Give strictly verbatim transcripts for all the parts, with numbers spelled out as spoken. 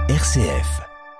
R C F.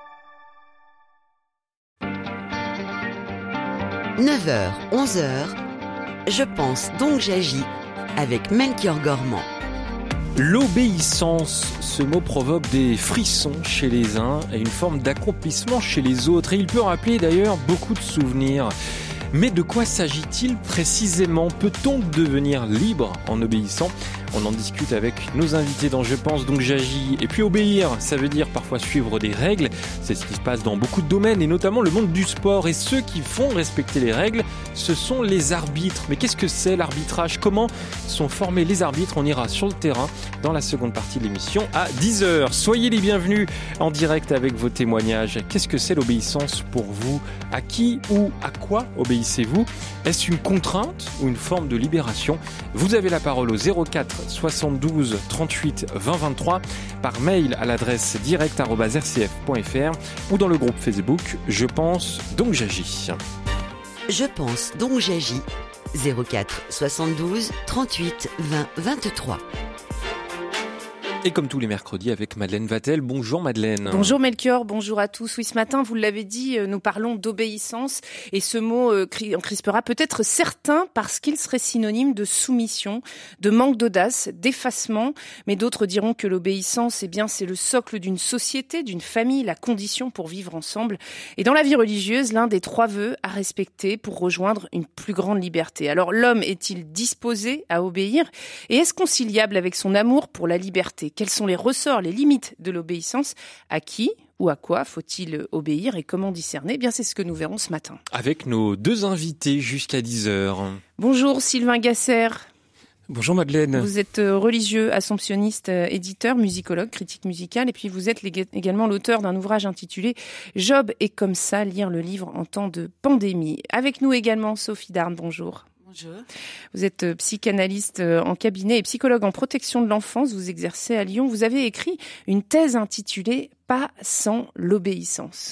neuf heures, onze heures, je pense donc j'agis avec Melchior Gormand. L'obéissance, ce mot provoque des frissons chez les uns et une forme d'accomplissement chez les autres. Et il peut rappeler d'ailleurs beaucoup de souvenirs. Mais de quoi s'agit-il précisément ? Peut-on devenir libre en obéissant ? On en discute avec nos invités dans Je pense donc j'agis. Et puis obéir, ça veut dire parfois suivre des règles. C'est ce qui se passe dans beaucoup de domaines et notamment le monde du sport. Et ceux qui font respecter les règles, ce sont les arbitres. Mais qu'est-ce que c'est l'arbitrage ? Comment sont formés les arbitres ? On ira sur le terrain dans la seconde partie de l'émission à dix heures. Soyez les bienvenus en direct avec vos témoignages. Qu'est-ce que c'est l'obéissance pour vous ? À qui ou à quoi obéissez-vous ? Est-ce une contrainte ou une forme de libération ? Vous avez la parole au zéro quatre soixante-douze trente-huit vingt vingt-trois, par mail à l'adresse direct arobase r c f point f r ou dans le groupe Facebook Je pense donc j'agis. Je pense donc j'agis. zéro quatre soixante-douze trente-huit vingt vingt-trois. Et comme tous les mercredis avec Madeleine Vatel. Bonjour Madeleine. Bonjour Melchior, bonjour à tous. Oui, ce matin, vous l'avez dit, nous parlons d'obéissance et ce mot euh, en crispera peut-être certains parce qu'il serait synonyme de soumission, de manque d'audace, d'effacement. Mais d'autres diront que l'obéissance, eh bien, c'est le socle d'une société, d'une famille, la condition pour vivre ensemble. Et dans la vie religieuse, l'un des trois vœux à respecter pour rejoindre une plus grande liberté. Alors l'homme est-il disposé à obéir ? Et est-ce conciliable avec son amour pour la liberté ? Quels sont les ressorts, les limites de l'obéissance ? À qui ou à quoi faut-il obéir et comment discerner ? Eh bien, c'est ce que nous verrons ce matin. Avec nos deux invités jusqu'à dix heures. Bonjour Sylvain Gasser. Bonjour Madeleine. Vous êtes religieux, assomptionniste, éditeur, musicologue, critique musicale et puis vous êtes également l'auteur d'un ouvrage intitulé « Job est comme ça, lire le livre en temps de pandémie ». Avec nous également Sophie Darne, bonjour. Bonjour. Vous êtes psychanalyste en cabinet et psychologue en protection de l'enfance. Vous exercez à Lyon. Vous avez écrit une thèse intitulée « Pas sans l'obéissance ».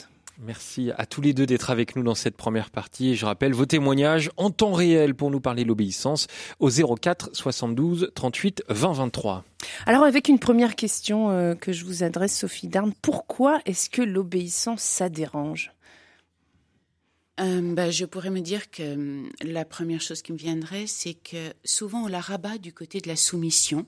Merci à tous les deux d'être avec nous dans cette première partie. Et je rappelle vos témoignages en temps réel pour nous parler de l'obéissance au zéro quatre soixante-douze trente-huit vingt vingt-trois. Alors avec une première question euh, que je vous adresse, Sophie Darne, pourquoi est-ce que l'obéissance, ça dérange ? Euh, bah, je pourrais me dire que euh, la première chose qui me viendrait, c'est que souvent on la rabat du côté de la soumission,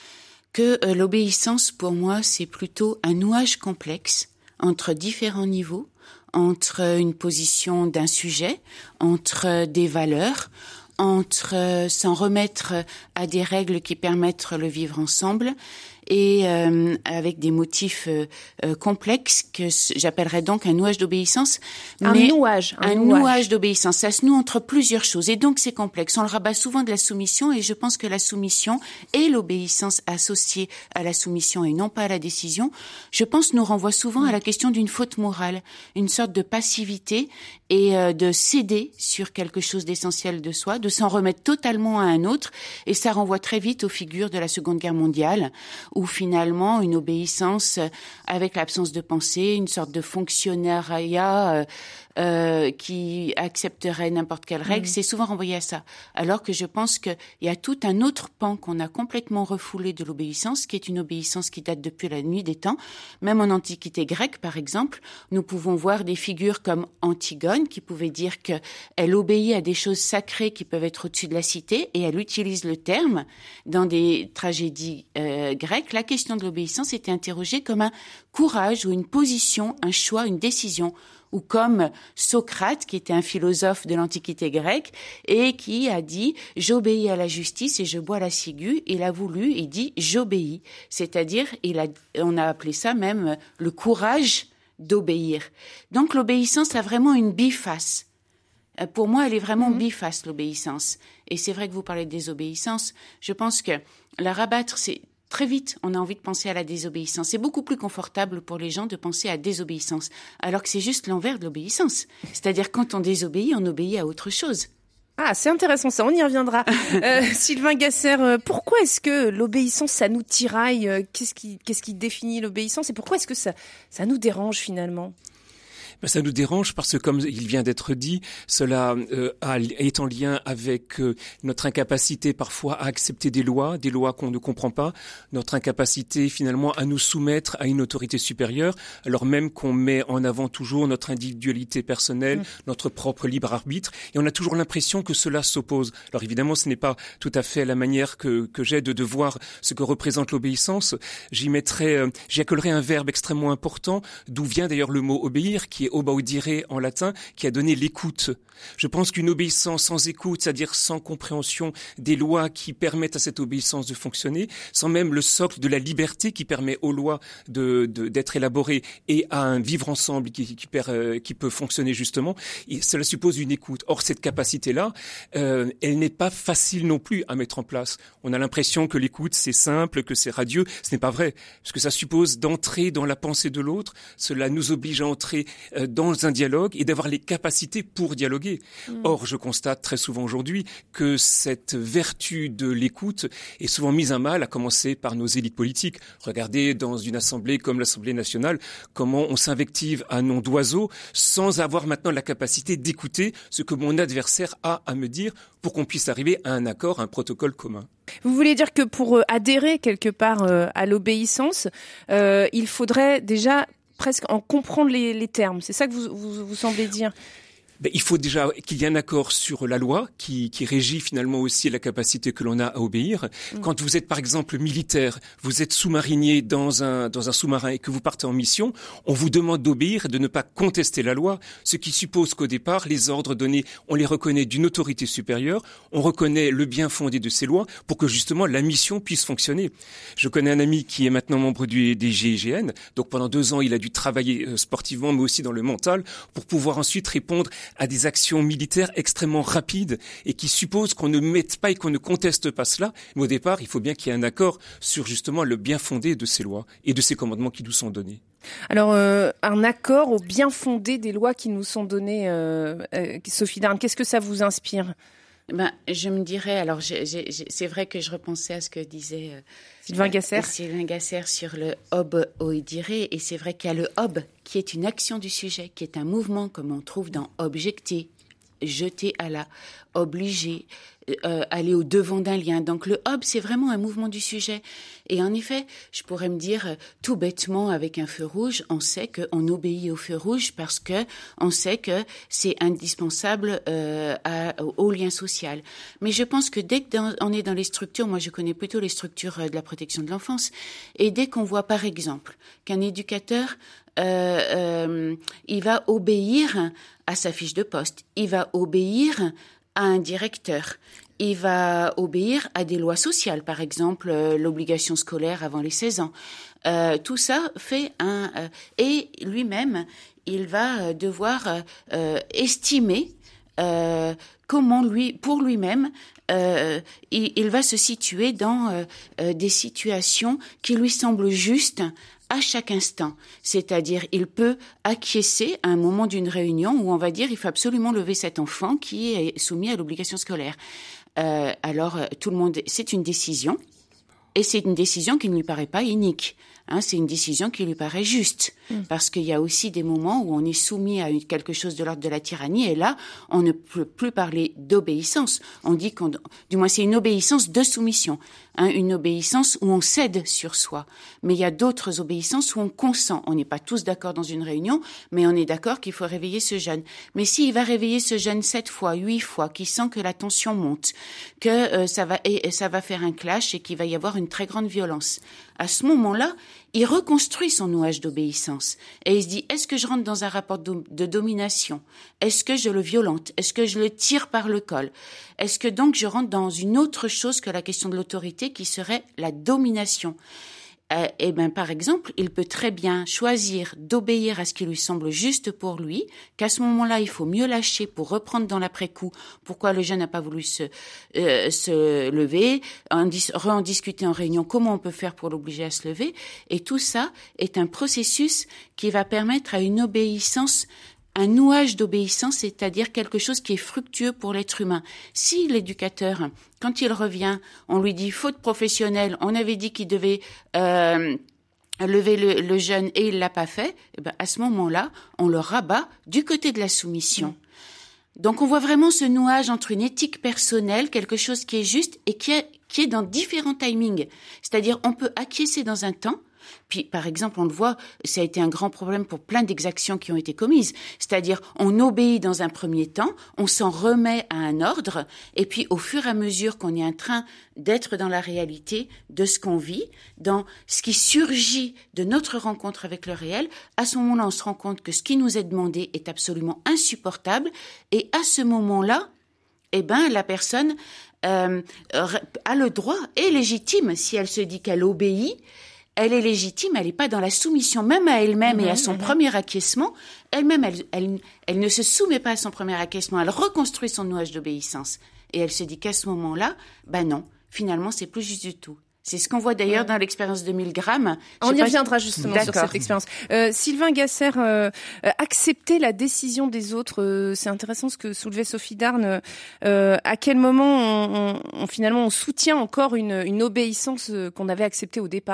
que euh, l'obéissance pour moi c'est plutôt un nouage complexe entre différents niveaux, entre une position d'un sujet, entre des valeurs, entre euh, s'en remettre à des règles qui permettent le vivre ensemble et euh, avec des motifs euh, euh, complexes que j'appellerais donc un nouage d'obéissance. Un mais nouage. Un, un nouage. nouage d'obéissance. Ça se noue entre plusieurs choses et donc c'est complexe. On le rabat souvent de la soumission et je pense que la soumission et l'obéissance associée à la soumission et non pas à la décision, je pense nous renvoie souvent à la question d'une faute morale, une sorte de passivité et euh, de céder sur quelque chose d'essentiel de soi, de s'en remettre totalement à un autre et ça renvoie très vite aux figures de la Seconde Guerre mondiale où finalement une obéissance avec l'absence de pensée, une sorte de fonctionnariat euh, euh, qui accepterait n'importe quelle règle, mmh. c'est souvent renvoyé à ça. Alors que je pense qu'il y a tout un autre pan qu'on a complètement refoulé de l'obéissance, qui est une obéissance qui date depuis la nuit des temps. Même en Antiquité grecque, par exemple, nous pouvons voir des figures comme Antigone, qui pouvait dire qu'elle obéit à des choses sacrées qui peuvent être au-dessus de la cité, et elle utilise le terme dans des tragédies euh, grecques. La question de l'obéissance était interrogée comme un courage ou une position, un choix, une décision, ou comme Socrate, qui était un philosophe de l'Antiquité grecque, et qui a dit « j'obéis à la justice et je bois la ciguë », il a voulu, il dit « j'obéis », c'est-à-dire, il a, on a appelé ça même le courage d'obéir. Donc l'obéissance a vraiment une biface. Pour moi, elle est vraiment mmh. biface, l'obéissance. Et c'est vrai que vous parlez de désobéissance. Je pense que la rabattre, c'est très vite, on a envie de penser à la désobéissance. C'est beaucoup plus confortable pour les gens de penser à désobéissance, alors que c'est juste l'envers de l'obéissance. C'est-à-dire, quand on désobéit, on obéit à autre chose. Ah, c'est intéressant ça, on y reviendra. euh, Sylvain Gasser, pourquoi est-ce que l'obéissance, ça nous tiraille ? Qu'est-ce qui, qu'est-ce qui définit l'obéissance ? Et pourquoi est-ce que ça, ça nous dérange finalement ? Ben, ça nous dérange parce que, comme il vient d'être dit, cela euh, a, est en lien avec euh, notre incapacité parfois à accepter des lois, des lois qu'on ne comprend pas, notre incapacité finalement à nous soumettre à une autorité supérieure, alors même qu'on met en avant toujours notre individualité personnelle, mmh. notre propre libre arbitre, et on a toujours l'impression que cela s'oppose. Alors évidemment, ce n'est pas tout à fait la manière que, que j'ai de, de voir ce que représente l'obéissance. J'y mettrais, euh, j'y accolerais un verbe extrêmement important, d'où vient d'ailleurs le mot obéir, qui est obaudire en latin, qui a donné l'écoute. Je pense qu'une obéissance sans écoute, c'est-à-dire sans compréhension des lois qui permettent à cette obéissance de fonctionner, sans même le socle de la liberté qui permet aux lois de, de, d'être élaborées et à un vivre ensemble qui, qui, per, qui peut fonctionner justement, et cela suppose une écoute. Or, cette capacité-là, euh, elle n'est pas facile non plus à mettre en place. On a l'impression que l'écoute, c'est simple, que c'est radieux. Ce n'est pas vrai, parce que ça suppose d'entrer dans la pensée de l'autre. Cela nous oblige à entrer euh, dans un dialogue et d'avoir les capacités pour dialoguer. Mmh. Or, je constate très souvent aujourd'hui que cette vertu de l'écoute est souvent mise à mal, à commencer par nos élites politiques. Regardez dans une assemblée comme l'Assemblée nationale, comment on s'invective à nom d'oiseau sans avoir maintenant la capacité d'écouter ce que mon adversaire a à me dire pour qu'on puisse arriver à un accord, à un protocole commun. Vous voulez dire que pour euh, adhérer quelque part euh, à l'obéissance, euh, il faudrait déjà presque en comprendre les, les termes. C'est ça que vous, vous, vous semblez dire ? Ben, il faut déjà qu'il y ait un accord sur la loi qui, qui régit finalement aussi la capacité que l'on a à obéir. Mmh. Quand vous êtes par exemple militaire, vous êtes sous-marinier dans un, dans un sous-marin et que vous partez en mission, on vous demande d'obéir et de ne pas contester la loi, ce qui suppose qu'au départ, les ordres donnés, on les reconnaît d'une autorité supérieure, on reconnaît le bien fondé de ces lois pour que justement la mission puisse fonctionner. Je connais un ami qui est maintenant membre du, des G I G N, donc pendant deux ans, il a dû travailler euh, sportivement mais aussi dans le mental pour pouvoir ensuite répondre à des actions militaires extrêmement rapides et qui supposent qu'on ne mette pas et qu'on ne conteste pas cela. Mais au départ, il faut bien qu'il y ait un accord sur justement le bien fondé de ces lois et de ces commandements qui nous sont donnés. Alors, euh, un accord au bien fondé des lois qui nous sont données, euh, euh, Sophie D'Arnes, qu'est-ce que ça vous inspire ? Ben, je me dirais, alors j'ai, j'ai, c'est vrai que je repensais à ce que disait euh, Sylvain Gasser. Euh, Sylvain Gasser sur le obaudire, et c'est vrai qu'il y a le ob qui est une action du sujet, qui est un mouvement comme on trouve dans objecter, jeter à la, obliger, euh, aller au devant d'un lien. Donc le ob, c'est vraiment un mouvement du sujet. Et en effet, je pourrais me dire euh, tout bêtement avec un feu rouge, on sait qu'on obéit au feu rouge parce que on sait que c'est indispensable euh, à, au, au lien social. Mais je pense que dès qu'on est dans les structures, moi je connais plutôt les structures de la protection de l'enfance, et dès qu'on voit par exemple qu'un éducateur Euh, euh, il va obéir à sa fiche de poste, il va obéir à un directeur, il va obéir à des lois sociales, par exemple euh, l'obligation scolaire avant les seize ans. Euh, tout ça fait un... Euh, et lui-même, il va devoir euh, estimer euh, comment lui, pour lui-même, euh, il, il va se situer dans euh, euh, des situations qui lui semblent justes à chaque instant. C'est-à-dire, il peut acquiescer à un moment d'une réunion où on va dire il faut absolument lever cet enfant qui est soumis à l'obligation scolaire. Euh, alors, tout le monde, c'est une décision, et c'est une décision qui ne lui paraît pas inique. Hein, c'est une décision qui lui paraît juste, mmh. parce qu'il y a aussi des moments où on est soumis à une, quelque chose de l'ordre de la tyrannie, et là, on ne peut plus parler d'obéissance. On dit qu'on, du moins, c'est une obéissance de soumission, hein, une obéissance où on cède sur soi. Mais il y a d'autres obéissances où on consent. On n'est pas tous d'accord dans une réunion, mais on est d'accord qu'il faut réveiller ce jeune. Mais s'il va réveiller ce jeune sept fois, huit fois, qu'il sent que la tension monte, que euh, ça va, et, et ça va faire un clash et qu'il va y avoir une très grande violence, à ce moment-là, il reconstruit son nouage d'obéissance et il se dit, est-ce que je rentre dans un rapport de, de domination? Est-ce que je le violente? Est-ce que je le tire par le col? Est-ce que donc je rentre dans une autre chose que la question de l'autorité qui serait la domination? Euh, eh ben, par exemple, il peut très bien choisir d'obéir à ce qui lui semble juste pour lui, qu'à ce moment-là, il faut mieux lâcher pour reprendre dans l'après-coup pourquoi le jeune n'a pas voulu se, euh, se lever, en dis- re-en discuter en réunion comment on peut faire pour l'obliger à se lever. Et tout ça est un processus qui va permettre à une obéissance, un nouage d'obéissance, c'est-à-dire quelque chose qui est fructueux pour l'être humain. Si l'éducateur, quand il revient, on lui dit faute professionnelle, on avait dit qu'il devait euh, lever le, le jeune et il l'a pas fait, eh ben, à ce moment-là, on le rabat du côté de la soumission. Donc on voit vraiment ce nouage entre une éthique personnelle, quelque chose qui est juste et qui est, qui est dans différents timings. C'est-à-dire on peut acquiescer dans un temps. Puis, par exemple, on le voit, ça a été un grand problème pour plein d'exactions qui ont été commises. C'est-à-dire, on obéit dans un premier temps, on s'en remet à un ordre, et puis au fur et à mesure qu'on est en train d'être dans la réalité de ce qu'on vit, dans ce qui surgit de notre rencontre avec le réel, à ce moment-là, on se rend compte que ce qui nous est demandé est absolument insupportable, et à ce moment-là, eh ben, la personne euh, a le droit, est légitime, si elle se dit qu'elle obéit, elle est légitime, elle n'est pas dans la soumission même à elle-même mmh, et à son mmh. premier acquiescement. Elle-même, elle, elle, elle ne se soumet pas à son premier acquiescement, elle reconstruit son nuage d'obéissance. Et elle se dit qu'à ce moment-là, ben non, finalement, c'est plus juste du tout. C'est ce qu'on voit d'ailleurs ouais. dans l'expérience de Milgram. On y reviendra justement D'accord. sur cette expérience. Euh, Sylvain Gasser, euh, euh, accepter la décision des autres, euh, c'est intéressant ce que soulevait Sophie Darn. Euh, à quel moment on, on, on, finalement on soutient encore une, une obéissance qu'on avait acceptée au départ ?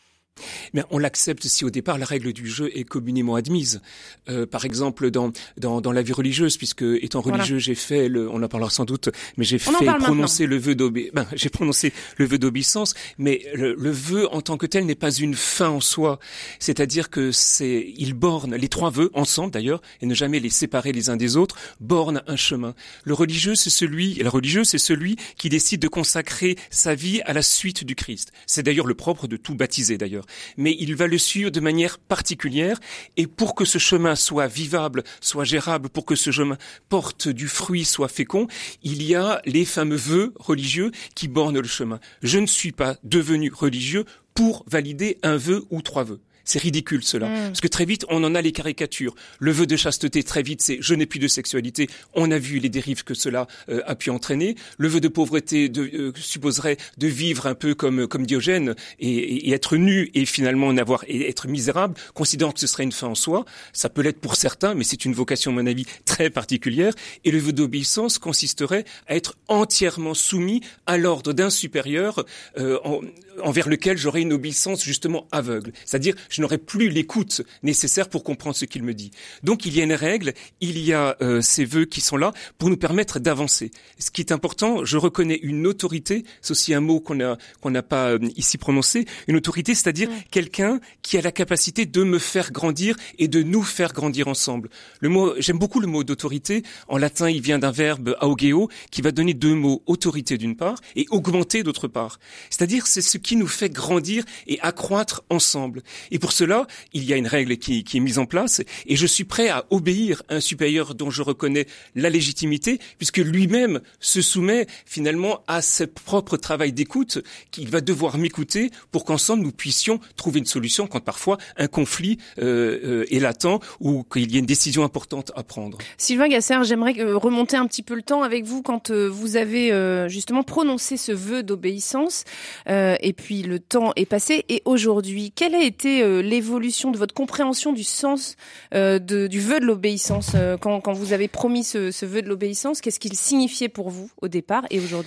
Mais on l'accepte si au départ la règle du jeu est communément admise. Euh, par exemple dans dans dans la vie religieuse, puisque étant religieux, voilà. j'ai fait le, on en parlera sans doute, mais j'ai on fait prononcer maintenant. le vœu d'obé, ben, j'ai prononcé le vœu d'obéissance, mais le, le vœu en tant que tel n'est pas une fin en soi. C'est-à-dire que c'est, il borne les trois vœux ensemble d'ailleurs, et ne jamais les séparer les uns des autres, borne un chemin. Le religieux, c'est celui, et la religieuse, c'est celui qui décide de consacrer sa vie à la suite du Christ. C'est d'ailleurs le propre de tout baptisé d'ailleurs. Mais il va le suivre de manière particulière, et pour que ce chemin soit vivable, soit gérable, pour que ce chemin porte du fruit, soit fécond, il y a les fameux vœux religieux qui bornent le chemin. Je ne suis pas devenu religieux pour valider un vœu ou trois vœux. C'est ridicule cela, mmh. parce que très vite on en a les caricatures. Le vœu de chasteté, très vite, c'est je n'ai plus de sexualité. On a vu les dérives que cela euh, a pu entraîner. Le vœu de pauvreté de, euh, supposerait de vivre un peu comme comme Diogène et, et, et être nu et finalement n'avoir et être misérable, considérant que ce serait une fin en soi. Ça peut l'être pour certains, mais c'est une vocation, à mon avis, très particulière. Et le vœu d'obéissance consisterait à être entièrement soumis à l'ordre d'un supérieur euh, en, envers lequel j'aurais une obéissance justement aveugle, c'est-à-dire je n'aurai plus l'écoute nécessaire pour comprendre ce qu'il me dit. Donc il y a une règle, il y a euh, ces vœux qui sont là pour nous permettre d'avancer. Ce qui est important, je reconnais une autorité, c'est aussi un mot qu'on a qu'on n'a pas euh, ici prononcé, une autorité, c'est-à-dire mmh. quelqu'un qui a la capacité de me faire grandir et de nous faire grandir ensemble. Le mot, j'aime beaucoup le mot d'autorité. En latin, il vient d'un verbe augeo qui va donner deux mots, autorité d'une part et augmenter d'autre part. C'est-à-dire c'est ce qui nous fait grandir et accroître ensemble. Et pour cela, il y a une règle qui, qui est mise en place et je suis prêt à obéir à un supérieur dont je reconnais la légitimité puisque lui-même se soumet finalement à ce propre travail d'écoute qu'il va devoir m'écouter pour qu'ensemble nous puissions trouver une solution quand parfois un conflit euh, euh, est latent ou qu'il y a une décision importante à prendre. Sylvain Gasser, j'aimerais remonter un petit peu le temps avec vous quand vous avez euh, justement prononcé ce vœu d'obéissance euh, et puis le temps est passé et aujourd'hui, quelle a été euh, l'évolution de votre compréhension du sens euh, de, du vœu de l'obéissance euh, quand, quand vous avez promis ce, ce vœu de l'obéissance, qu'est-ce qu'il signifiait pour vous au départ et aujourd'hui ?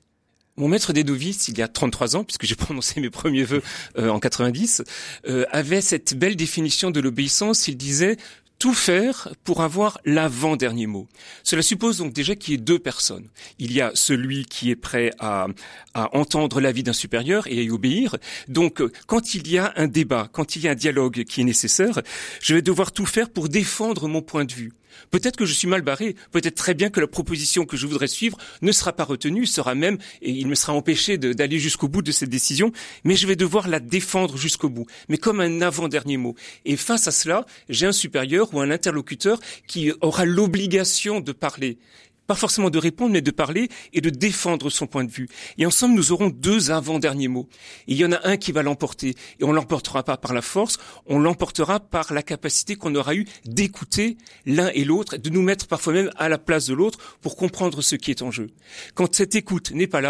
Mon maître des novices, il y a trente-trois ans, puisque j'ai prononcé mes premiers vœux euh, en quatre-vingt-dix, euh, avait cette belle définition de l'obéissance. Il disait tout faire pour avoir l'avant-dernier mot. Cela suppose donc déjà qu'il y ait deux personnes. Il y a celui qui est prêt à, à entendre l'avis d'un supérieur et à y obéir. Donc, quand il y a un débat, quand il y a un dialogue qui est nécessaire, je vais devoir tout faire pour défendre mon point de vue. Peut-être que je suis mal barré, peut-être très bien que la proposition que je voudrais suivre ne sera pas retenue, sera même, et il me sera empêché de, d'aller jusqu'au bout de cette décision, mais je vais devoir la défendre jusqu'au bout, mais comme un avant-dernier mot. Et face à cela, j'ai un supérieur ou un interlocuteur qui aura l'obligation de parler. Pas forcément de répondre, mais de parler et de défendre son point de vue. Et ensemble, nous aurons deux avant-derniers mots. Et il y en a un qui va l'emporter. Et on l'emportera pas par la force, on l'emportera par la capacité qu'on aura eue d'écouter l'un et l'autre, de nous mettre parfois même à la place de l'autre pour comprendre ce qui est en jeu. Quand cette écoute n'est pas là,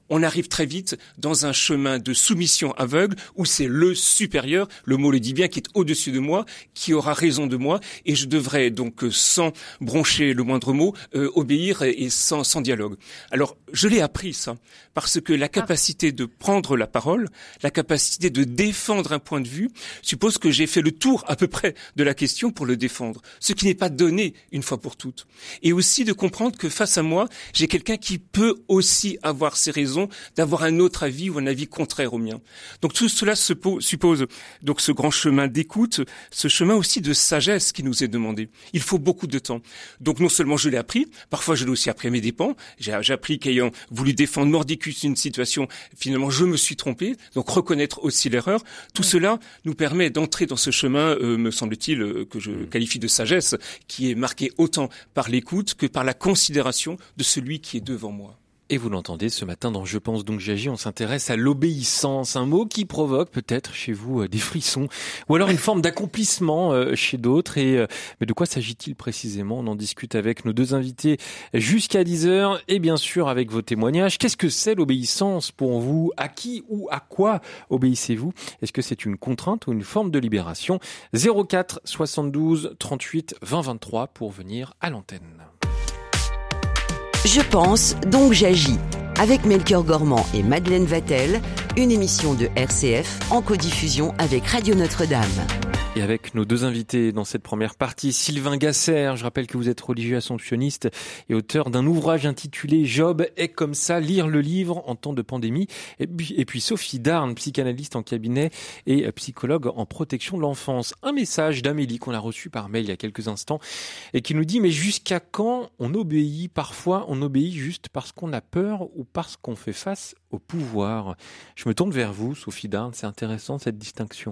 on arrive très vite dans un chemin de soumission aveugle où c'est le supérieur, le mot le dit bien, qui est au-dessus de moi, qui aura raison de moi, et je devrais donc, sans broncher le moindre mot, euh, obéir et, et sans, sans dialogue. Alors, je l'ai appris ça, parce que la capacité de prendre la parole, la capacité de défendre un point de vue, suppose que j'ai fait le tour à peu près de la question pour le défendre, ce qui n'est pas donné une fois pour toutes. Et aussi de comprendre que face à moi, j'ai quelqu'un qui peut aussi avoir ses raisons d'avoir un autre avis ou un avis contraire au mien. Donc tout cela se po- suppose donc ce grand chemin d'écoute, ce chemin aussi de sagesse qui nous est demandé. Il faut beaucoup de temps. Donc non seulement je l'ai appris, parfois je l'ai aussi appris à mes dépens. J'ai, j'ai appris qu'ayant voulu défendre mordicus une situation, finalement je me suis trompé. Donc reconnaître aussi l'erreur. Tout oui. cela nous permet d'entrer dans ce chemin, euh, me semble-t-il, euh, que je qualifie de sagesse, qui est marqué autant par l'écoute que par la considération de celui qui est devant moi. Et vous l'entendez ce matin dans Je pense donc j'agis, on s'intéresse à l'obéissance, un mot qui provoque peut-être chez vous des frissons ou alors une forme d'accomplissement chez d'autres. Et mais de quoi s'agit-il précisément? On en discute avec nos deux invités jusqu'à dix heures et bien sûr avec vos témoignages. Qu'est-ce que c'est l'obéissance pour vous? À qui ou à quoi obéissez-vous? Est-ce que c'est une contrainte ou une forme de libération? zéro quatre soixante-douze trente-huit vingt vingt-trois pour venir à l'antenne. Je pense, donc j'agis. Avec Melchior Gormand et Madeleine Vatel, une émission de R C F en codiffusion avec Radio Notre-Dame. Et avec nos deux invités dans cette première partie, Sylvain Gasser, je rappelle que vous êtes religieux assomptionniste et auteur d'un ouvrage intitulé « Job est comme ça, lire le livre en temps de pandémie ». Et puis, et puis Sophie Darn, psychanalyste en cabinet et psychologue en protection de l'enfance. Un message d'Amélie qu'on a reçu par mail il y a quelques instants et qui nous dit « Mais jusqu'à quand on obéit ? Parfois on obéit juste parce qu'on a peur ou parce qu'on fait face au pouvoir ». Je me tourne vers vous, Sophie Darn, c'est intéressant cette distinction.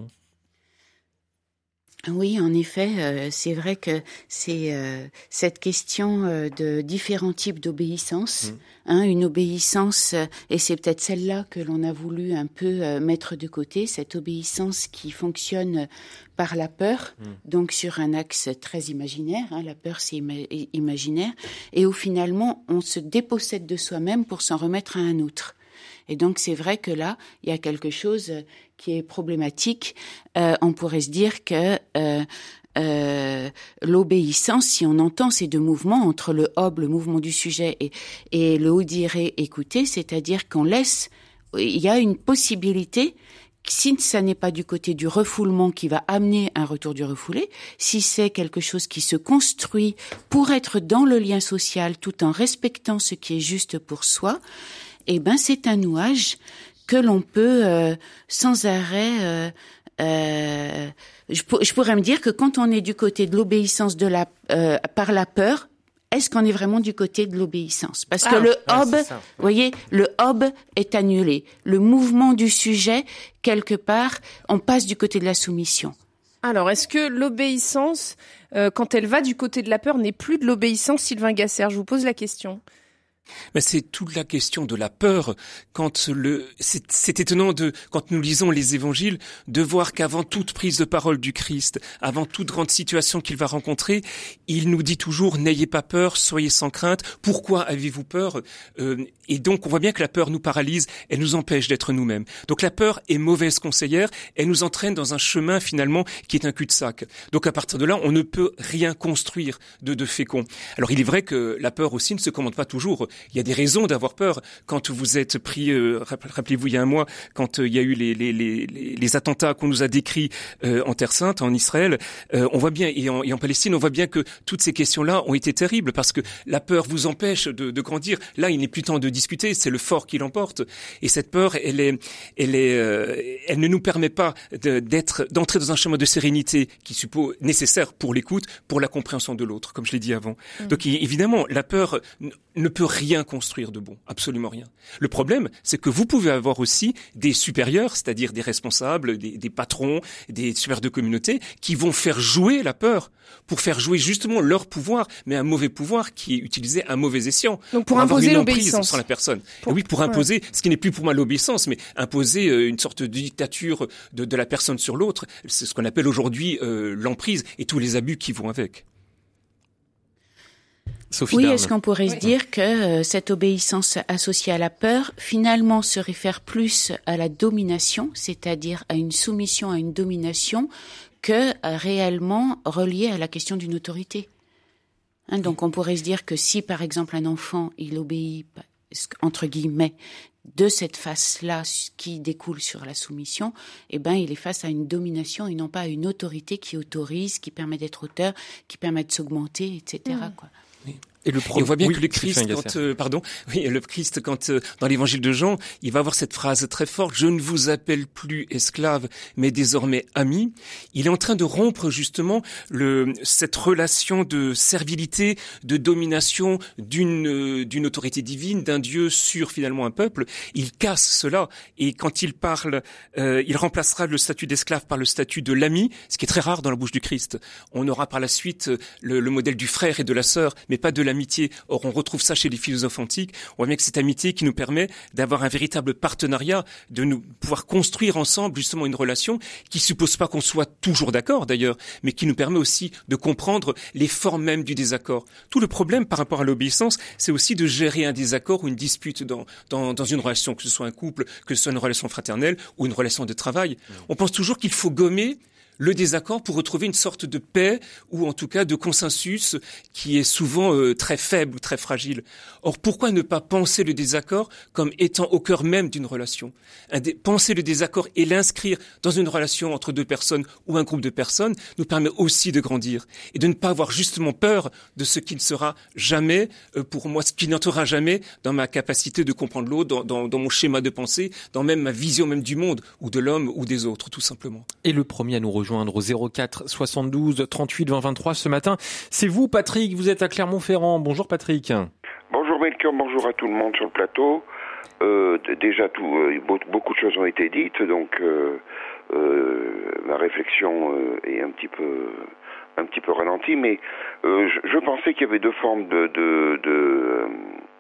Oui, en effet, euh, c'est vrai que c'est euh, cette question euh, de différents types d'obéissance, mmh. hein, une obéissance, euh, et c'est peut-être celle-là que l'on a voulu un peu euh, mettre de côté, cette obéissance qui fonctionne par la peur, mmh. donc sur un axe très imaginaire, hein, la peur c'est ima- imaginaire, et où finalement on se dépossède de soi-même pour s'en remettre à un autre. Et donc c'est vrai que là, il y a quelque chose qui est problématique. Euh, on pourrait se dire que euh, euh, l'obéissance, si on entend ces deux mouvements, entre le ob, le mouvement du sujet, et, et le audire, écouter, c'est-à-dire qu'on laisse, il y a une possibilité, si ça n'est pas du côté du refoulement qui va amener un retour du refoulé, si c'est quelque chose qui se construit pour être dans le lien social tout en respectant ce qui est juste pour soi, eh ben c'est un nouage que l'on peut euh, sans arrêt. Euh, euh, je, je pourrais me dire que quand on est du côté de l'obéissance de la euh, par la peur, est-ce qu'on est vraiment du côté de l'obéissance? Parce ah, que le ah, ob, vous voyez, le ob est annulé. Le mouvement du sujet, quelque part, on passe du côté de la soumission. Alors, est-ce que l'obéissance, euh, quand elle va du côté de la peur, n'est plus de l'obéissance, Sylvain Gasser? Je vous pose la question. Mais c'est toute la question de la peur. Quand le, c'est, c'est étonnant de, quand nous lisons les évangiles, de voir qu'avant toute prise de parole du Christ, avant toute grande situation qu'il va rencontrer, il nous dit toujours, n'ayez pas peur, soyez sans crainte. Pourquoi avez-vous peur? euh, Et donc, on voit bien que la peur nous paralyse, elle nous empêche d'être nous-mêmes. Donc la peur est mauvaise conseillère, elle nous entraîne dans un chemin finalement qui est un cul-de-sac. Donc à partir de là, on ne peut rien construire de, de fécond. Alors il est vrai que la peur aussi ne se commande pas toujours. Il y a des raisons d'avoir peur. Quand vous êtes pris, euh, rappelez-vous, il y a un mois, quand euh, il y a eu les, les, les, les attentats qu'on nous a décrits euh, en Terre Sainte, en Israël, euh, on voit bien, et en, et en Palestine, on voit bien que toutes ces questions-là ont été terribles parce que la peur vous empêche de, de grandir. Là, il n'est plus temps de discuter, c'est le fort qui l'emporte. Et cette peur, elle est, elle est, euh, elle ne nous permet pas de, d'être, d'entrer dans un chemin de sérénité qui suppose nécessaire pour l'écoute, pour la compréhension de l'autre, comme je l'ai dit avant. Mmh. Donc évidemment, la peur n- ne peut rien construire de bon, absolument rien. Le problème, c'est que vous pouvez avoir aussi des supérieurs, c'est-à-dire des responsables, des, des patrons, des supérieurs de communauté, qui vont faire jouer la peur pour faire jouer justement leur pouvoir, mais un mauvais pouvoir qui est utilisé à mauvais escient. Donc pour, pour imposer avoir une emprise l'obéissance sur la personne. pour... Et oui, pour imposer, ouais. ce qui n'est plus pour moi l'obéissance, mais imposer une sorte de dictature de, de la personne sur l'autre. C'est ce qu'on appelle aujourd'hui euh, l'emprise et tous les abus qui vont avec. Sophie Oui, Darne. est-ce qu'on pourrait oui. se dire que euh, cette obéissance associée à la peur, finalement, se réfère plus à la domination, c'est-à-dire à une soumission, à une domination, que euh, réellement reliée à la question d'une autorité. Hein, donc on pourrait se dire que si, par exemple, un enfant, il obéit, entre guillemets, de cette face-là qui découle sur la soumission, eh ben, il est face à une domination et non pas à une autorité qui autorise, qui permet d'être auteur, qui permet de s'augmenter, et cetera. Mmh. Quoi. Et, le pro... et on voit bien oui, que le Christ, quand, euh, pardon, oui, le Christ, quand euh, dans l'Évangile de Jean, il va avoir cette phrase très forte :« Je ne vous appelle plus esclaves, mais désormais amis. » Il est en train de rompre justement le cette relation de servilité, de domination d'une euh, d'une autorité divine, d'un Dieu sur finalement un peuple. Il casse cela, et quand il parle, euh, il remplacera le statut d'esclave par le statut de l'ami, ce qui est très rare dans la bouche du Christ. On aura par la suite le, le modèle du frère et de la sœur, mais pas de l'ami. Or, on retrouve ça chez les philosophes antiques. On voit bien que cette amitié qui nous permet d'avoir un véritable partenariat, de nous pouvoir construire ensemble justement une relation qui suppose pas qu'on soit toujours d'accord d'ailleurs, mais qui nous permet aussi de comprendre les formes même du désaccord. Tout le problème par rapport à l'obéissance, c'est aussi de gérer un désaccord ou une dispute dans, dans, dans une relation, que ce soit un couple, que ce soit une relation fraternelle ou une relation de travail. On pense toujours qu'il faut gommer le désaccord pour retrouver une sorte de paix ou en tout cas de consensus qui est souvent euh, très faible ou très fragile. Or, pourquoi ne pas penser le désaccord comme étant au cœur même d'une relation ? Un dé- Penser le désaccord et l'inscrire dans une relation entre deux personnes ou un groupe de personnes nous permet aussi de grandir et de ne pas avoir justement peur de ce qui ne sera jamais, euh, pour moi, ce qui n'entrera jamais dans ma capacité de comprendre l'autre, dans, dans, dans mon schéma de pensée, dans même ma vision même du monde ou de l'homme ou des autres, tout simplement. Et le premier à nous rejoindre au zéro quatre soixante-douze trente-huit vingt vingt-trois ce matin, c'est vous Patrick, vous êtes à Clermont-Ferrand. Bonjour Patrick. Bonjour Melchior, bonjour à tout le monde sur le plateau. Euh, déjà tout, euh, beaucoup de choses ont été dites, donc euh, euh, ma réflexion euh, est un petit peu un petit peu ralentie, mais euh, je, je pensais qu'il y avait deux formes de, de, de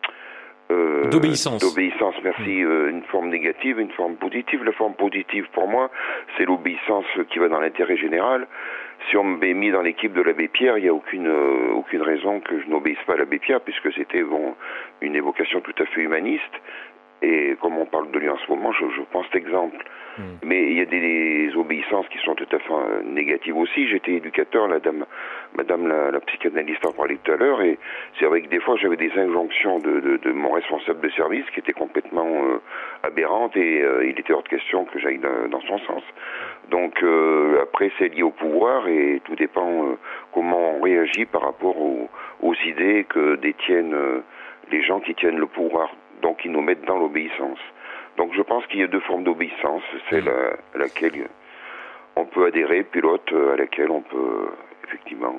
Euh, d'obéissance. D'obéissance, merci. Euh, une forme négative, une forme positive. La forme positive, pour moi, c'est l'obéissance qui va dans l'intérêt général. Si on m'avait mis dans l'équipe de l'abbé Pierre, il n'y a aucune euh, aucune raison que je n'obéisse pas à l'abbé Pierre, puisque c'était bon une évocation tout à fait humaniste. Et comme on parle de lui en ce moment, je, je prends cet exemple. Mmh. Mais il y a des, des obéissances qui sont tout à fait euh, négatives aussi. J'étais éducateur, la dame, madame la, la psychanalyste en parlait tout à l'heure, et c'est vrai que des fois j'avais des injonctions de, de, de mon responsable de service qui étaient complètement euh, aberrantes, et euh, il était hors de question que j'aille dans, dans son sens. Donc euh, après c'est lié au pouvoir, et tout dépend euh, comment on réagit par rapport aux, aux idées que détiennent euh, les gens qui tiennent le pouvoir. Donc ils nous mettent dans l'obéissance. Donc je pense qu'il y a deux formes d'obéissance, celle à, à laquelle on peut adhérer, puis l'autre à laquelle on peut effectivement...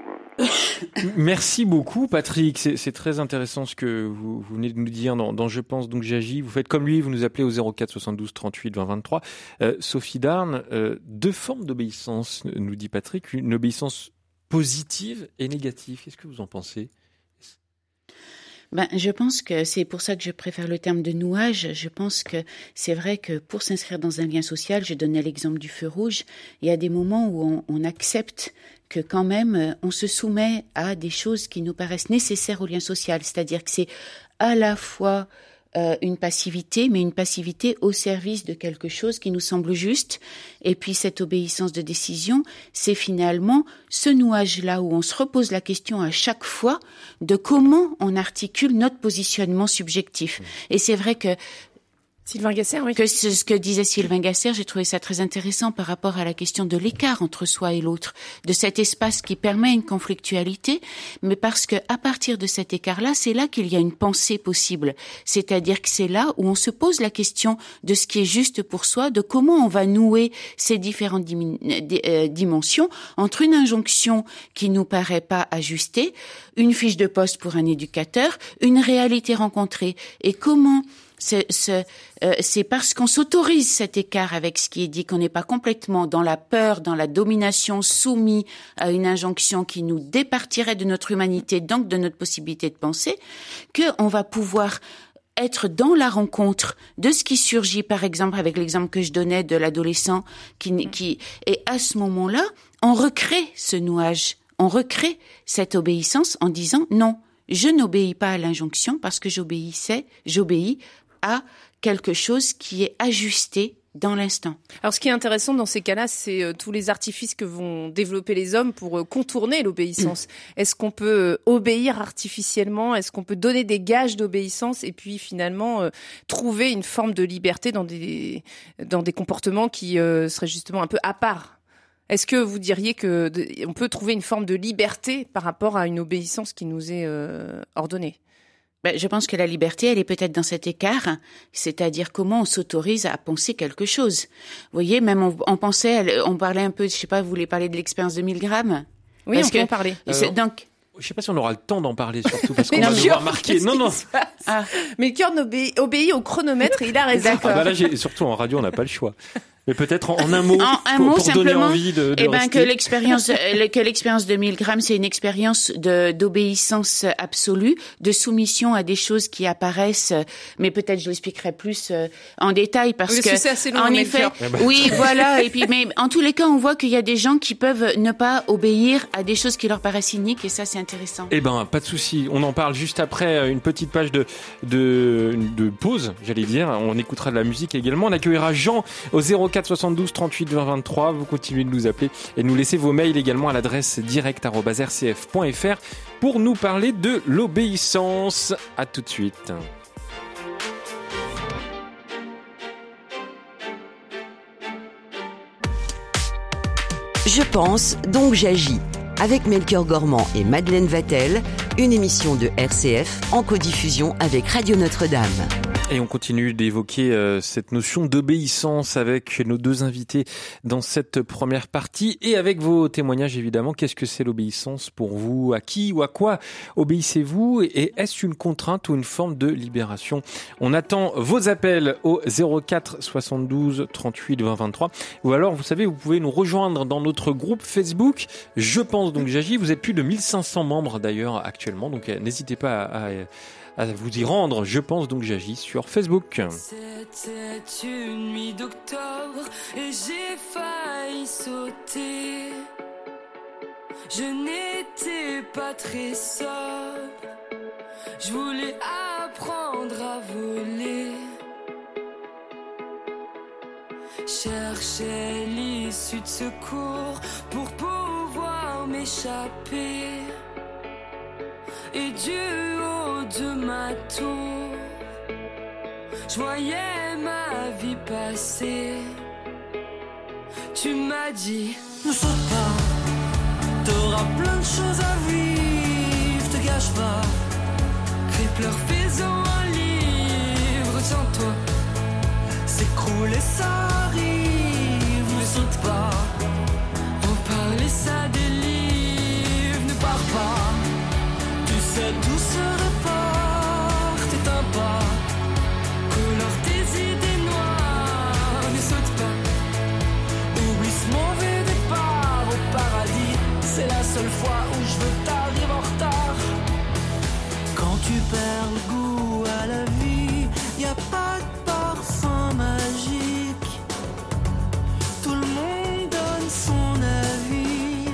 Merci beaucoup Patrick, c'est, c'est très intéressant ce que vous, vous venez de nous dire dans, dans Je pense donc j'agis. Vous faites comme lui, vous nous appelez au zéro quatre soixante-douze trente-huit vingt vingt-trois. Euh, Sophie Darne, euh, deux formes d'obéissance, nous dit Patrick, une obéissance positive et négative. Qu'est-ce que vous en pensez ? Ben, je pense que c'est pour ça que je préfère le terme de nouage. Je pense que c'est vrai que pour s'inscrire dans un lien social, je donnais l'exemple du feu rouge, il y a des moments où on, on accepte que quand même on se soumet à des choses qui nous paraissent nécessaires au lien social. C'est-à-dire que c'est à la fois euh, une passivité, mais une passivité au service de quelque chose qui nous semble juste. Et puis cette obéissance de décision, c'est finalement ce nouage-là où on se repose la question à chaque fois de comment on articule notre positionnement subjectif. Et c'est vrai que Sylvain Gasser, oui. Que ce, ce que disait Sylvain Gasser, j'ai trouvé ça très intéressant par rapport à la question de l'écart entre soi et l'autre, de cet espace qui permet une conflictualité, mais parce que à partir de cet écart-là, c'est là qu'il y a une pensée possible. C'est-à-dire que c'est là où on se pose la question de ce qui est juste pour soi, de comment on va nouer ces différentes dim- euh, dimensions entre une injonction qui nous paraît pas ajustée, une fiche de poste pour un éducateur, une réalité rencontrée, et comment C'est, c'est, euh, c'est parce qu'on s'autorise cet écart avec ce qui est dit, qu'on n'est pas complètement dans la peur, dans la domination, soumis à une injonction qui nous départirait de notre humanité, donc de notre possibilité de penser, qu'on va pouvoir être dans la rencontre de ce qui surgit, par exemple, avec l'exemple que je donnais de l'adolescent, qui, qui, et à ce moment-là, on recrée ce nouage, on recrée cette obéissance en disant non. Je n'obéis pas à l'injonction parce que j'obéissais, j'obéis à quelque chose qui est ajusté dans l'instant. Alors, ce qui est intéressant dans ces cas-là, c'est euh, tous les artifices que vont développer les hommes pour euh, contourner l'obéissance. Mmh. Est-ce qu'on peut euh, obéir artificiellement ? Est-ce qu'on peut donner des gages d'obéissance et puis finalement euh, trouver une forme de liberté dans des dans des comportements qui euh, seraient justement un peu à part ? Est-ce que vous diriez que de, on peut trouver une forme de liberté par rapport à une obéissance qui nous est euh, ordonnée ? Ben, je pense que la liberté, elle est peut-être dans cet écart, c'est-à-dire comment on s'autorise à penser quelque chose. Vous voyez, même on, on pensait, on parlait un peu, je sais pas, vous voulez parler de l'expérience de Milgram ? Oui, Parce on peut que, en parler. C'est, donc, Je sais pas si on aura le temps d'en parler, surtout parce qu'on Mais va non, devoir marquer. Non, non. Ah. Mais Melchior obéit, obéit au chronomètre et il a raison. Ah bah là, j'ai, surtout en radio, on n'a pas le choix. Mais peut-être en, en un mot, en un pour, mot pour donner simplement, envie de, de eh ben, rester. que l'expérience, que l'expérience de Milgram, c'est une expérience de, d'obéissance absolue, de soumission à des choses qui apparaissent, mais peut-être je l'expliquerai plus en détail parce oui, que, c'est assez long, en effet, eh ben. oui, voilà, et puis, mais en tous les cas, on voit qu'il y a des gens qui peuvent ne pas obéir à des choses qui leur paraissent iniques et ça, c'est intéressant. Eh ben, pas de souci. On en parle juste après une petite page de, de, de pause, j'allais dire. On écoutera de la musique également. On accueillera Jean au zéro quatre soixante-douze trente-huit vingt vingt-trois. Vous continuez de nous appeler et nous laisser vos mails également à l'adresse direct arobase r c f point f r pour nous parler de l'obéissance. À tout de suite. Je pense, donc j'agis. Avec Melchior Gormand et Madeleine Vatel, une émission de R C F en codiffusion avec Radio Notre-Dame. Et on continue d'évoquer euh, cette notion d'obéissance avec nos deux invités dans cette première partie et avec vos témoignages évidemment. Qu'est-ce que c'est l'obéissance pour vous ? À qui ou à quoi obéissez-vous ? Et est-ce une contrainte ou une forme de libération ? On attend vos appels au zéro quatre soixante-douze trente-huit vingt vingt-trois ou alors vous savez vous pouvez nous rejoindre dans notre groupe Facebook Je pense donc j'agis. Vous êtes plus de mille cinq cents membres d'ailleurs actuellement, donc euh, n'hésitez pas à, à à vous y rendre, je pense donc j'agis sur Facebook. C'était une nuit d'octobre et j'ai failli sauter. Je n'étais pas très sobre. Je voulais apprendre à voler. Cherchais l'issue de secours pour pouvoir m'échapper. Et du haut de ma tour, je voyais ma vie passer. Tu m'as dit, ne saute pas, t'auras plein de choses à vivre, te gâche pas. Crie, pleure, fais-en un livre, tiens-toi, s'écrouler, ça arrive. Ne saute pas, en parler, ça délivre, ne pars pas. Tout se reporte, t'éteins pas, colore tes idées noires, ne saute pas, oublie ce mauvais départ au paradis, c'est la seule fois où je veux que t'arrives en retard. Quand tu perds le goût à la vie, y a pas de parfum magique, tout le monde donne son avis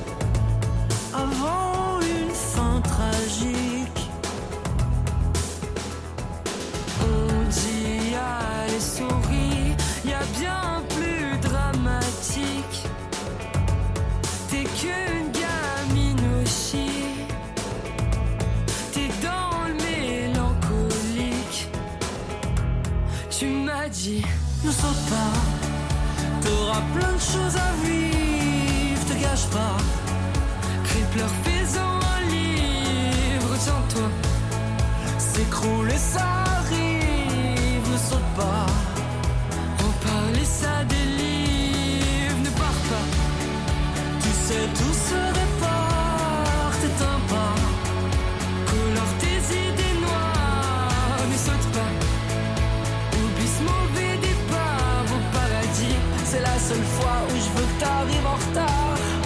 avant tragique. On dit allez souris, y a bien plus dramatique. T'es qu'une gamine au chic, t'es dans le mélancolique. Tu m'as dit ne saute pas, t'auras plein de choses à vivre, te gâche pas. Crie, pleure, fais-en un livre, tiens-toi, s'écrouler, ça arrive, ne saute pas, en parler, ça délivre, ne pars pas, tu sais tout se reporte, t'éteins pas, colore tes idées noires, ne saute pas, oublie ce mauvais départ au paradis, c'est la seule fois où je veux que t'arrives en retard.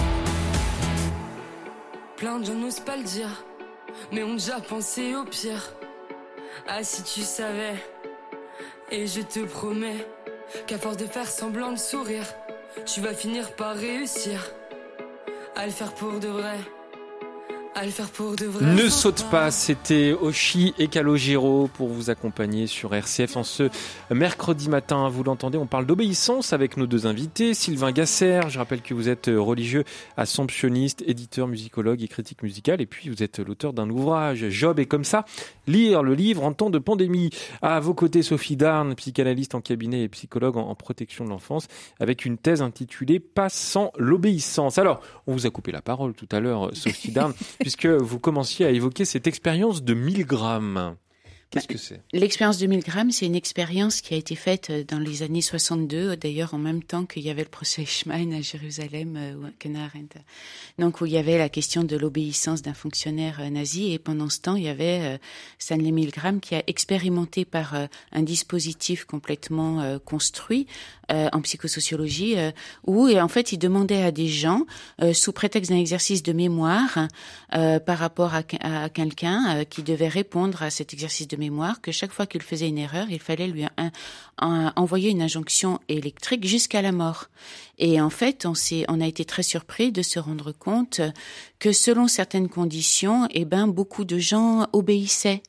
Plein de gens n'osent pas le dire, mais ont déjà pensé au pire. Ah si tu savais, et je te promets qu'à force de faire semblant de sourire, tu vas finir par réussir à le faire pour de vrai, à le faire pour de vrai. Ne saute pas, c'était Oshi et Calogero pour vous accompagner sur R C F en ce mercredi matin. Vous l'entendez, on parle d'obéissance avec nos deux invités. Sylvain Gasser, je rappelle que vous êtes religieux, assomptionniste, éditeur, musicologue et critique musicale. Et puis vous êtes l'auteur d'un ouvrage, Job et comme ça, lire le livre en temps de pandémie. À vos côtés, Sophie Darn, psychanalyste en cabinet et psychologue en protection de l'enfance, avec une thèse intitulée Pas sans l'obéissance. Alors, on vous a coupé la parole tout à l'heure, Sophie Darn, puisque vous commenciez à évoquer cette expérience de mille grammes. Qu'est-ce que c'est ? L'expérience de mille grammes, c'est une expérience qui a été faite dans les années soixante-deux, d'ailleurs en même temps qu'il y avait le procès Eichmann à Jérusalem, ou à Hannah Arendt. Donc où il y avait la question de l'obéissance d'un fonctionnaire nazi, et pendant ce temps, il y avait euh, Stanley Milgram qui a expérimenté par euh, un dispositif complètement euh, construit euh, en psychosociologie, euh, où et en fait il demandait à des gens, euh, sous prétexte d'un exercice de mémoire, euh, par rapport à, à, à quelqu'un euh, qui devait répondre à cet exercice de mémoire, que chaque fois qu'il faisait une erreur, il fallait lui un, un, envoyer une injonction électrique jusqu'à la mort. Et en fait, on s'est, on a été très surpris de se rendre compte que selon certaines conditions, eh ben, beaucoup de gens obéissaient.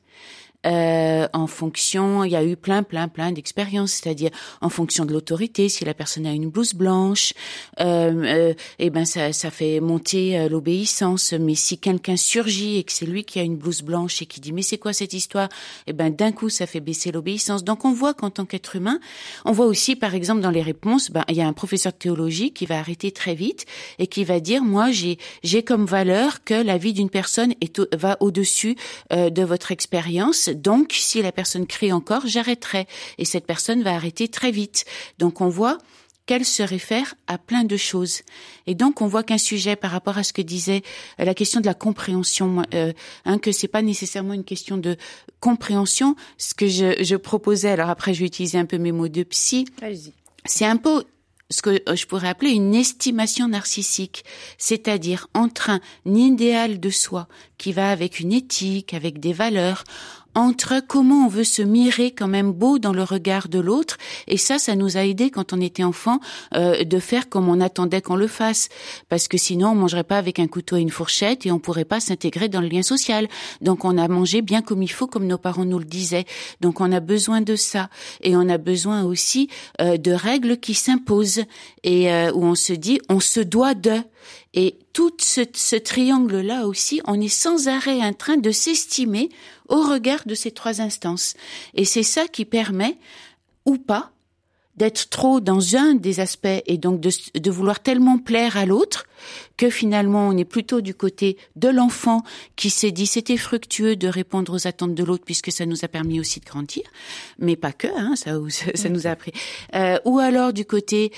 Euh, en fonction, il y a eu plein, plein, plein d'expériences, c'est-à-dire en fonction de l'autorité, si la personne a une blouse blanche, euh, euh, eh ben ça, ça fait monter euh, l'obéissance. Mais si quelqu'un surgit et que c'est lui qui a une blouse blanche et qui dit mais c'est quoi cette histoire, eh ben d'un coup ça fait baisser l'obéissance. Donc on voit qu'en tant qu'être humain, on voit aussi par exemple dans les réponses, ben il y a un professeur de théologie qui va arrêter très vite et qui va dire moi j'ai j'ai comme valeur que la vie d'une personne est au, va au-dessus euh, de votre expérience. Donc, si la personne crie encore, j'arrêterai. Et cette personne va arrêter très vite. Donc, on voit qu'elle se réfère à plein de choses. Et donc, on voit qu'un sujet par rapport à ce que disait euh, la question de la compréhension, euh, hein, que c'est pas nécessairement une question de compréhension. Ce que je, je proposais, alors après, je vais utiliser un peu mes mots de psy. Allez-y. C'est un peu ce que je pourrais appeler une estimation narcissique, c'est-à-dire entre un idéal de soi qui va avec une éthique, avec des valeurs, entre comment on veut se mirer quand même beau dans le regard de l'autre, et ça, ça nous a aidé quand on était enfant euh, de faire comme on attendait qu'on le fasse, parce que sinon on mangerait pas avec un couteau et une fourchette et on pourrait pas s'intégrer dans le lien social. Donc on a mangé bien comme il faut, comme nos parents nous le disaient. Donc on a besoin de ça, et on a besoin aussi euh, de règles qui s'imposent et euh, où on se dit on se doit de. Et tout ce, ce triangle-là aussi, on est sans arrêt en train de s'estimer au regard de ces trois instances. Et c'est ça qui permet, ou pas, d'être trop dans un des aspects et donc de, de vouloir tellement plaire à l'autre que finalement on est plutôt du côté de l'enfant qui s'est dit c'était fructueux de répondre aux attentes de l'autre puisque ça nous a permis aussi de grandir, mais pas que, hein, ça, ça, ça nous a appris. Euh, ou alors du côté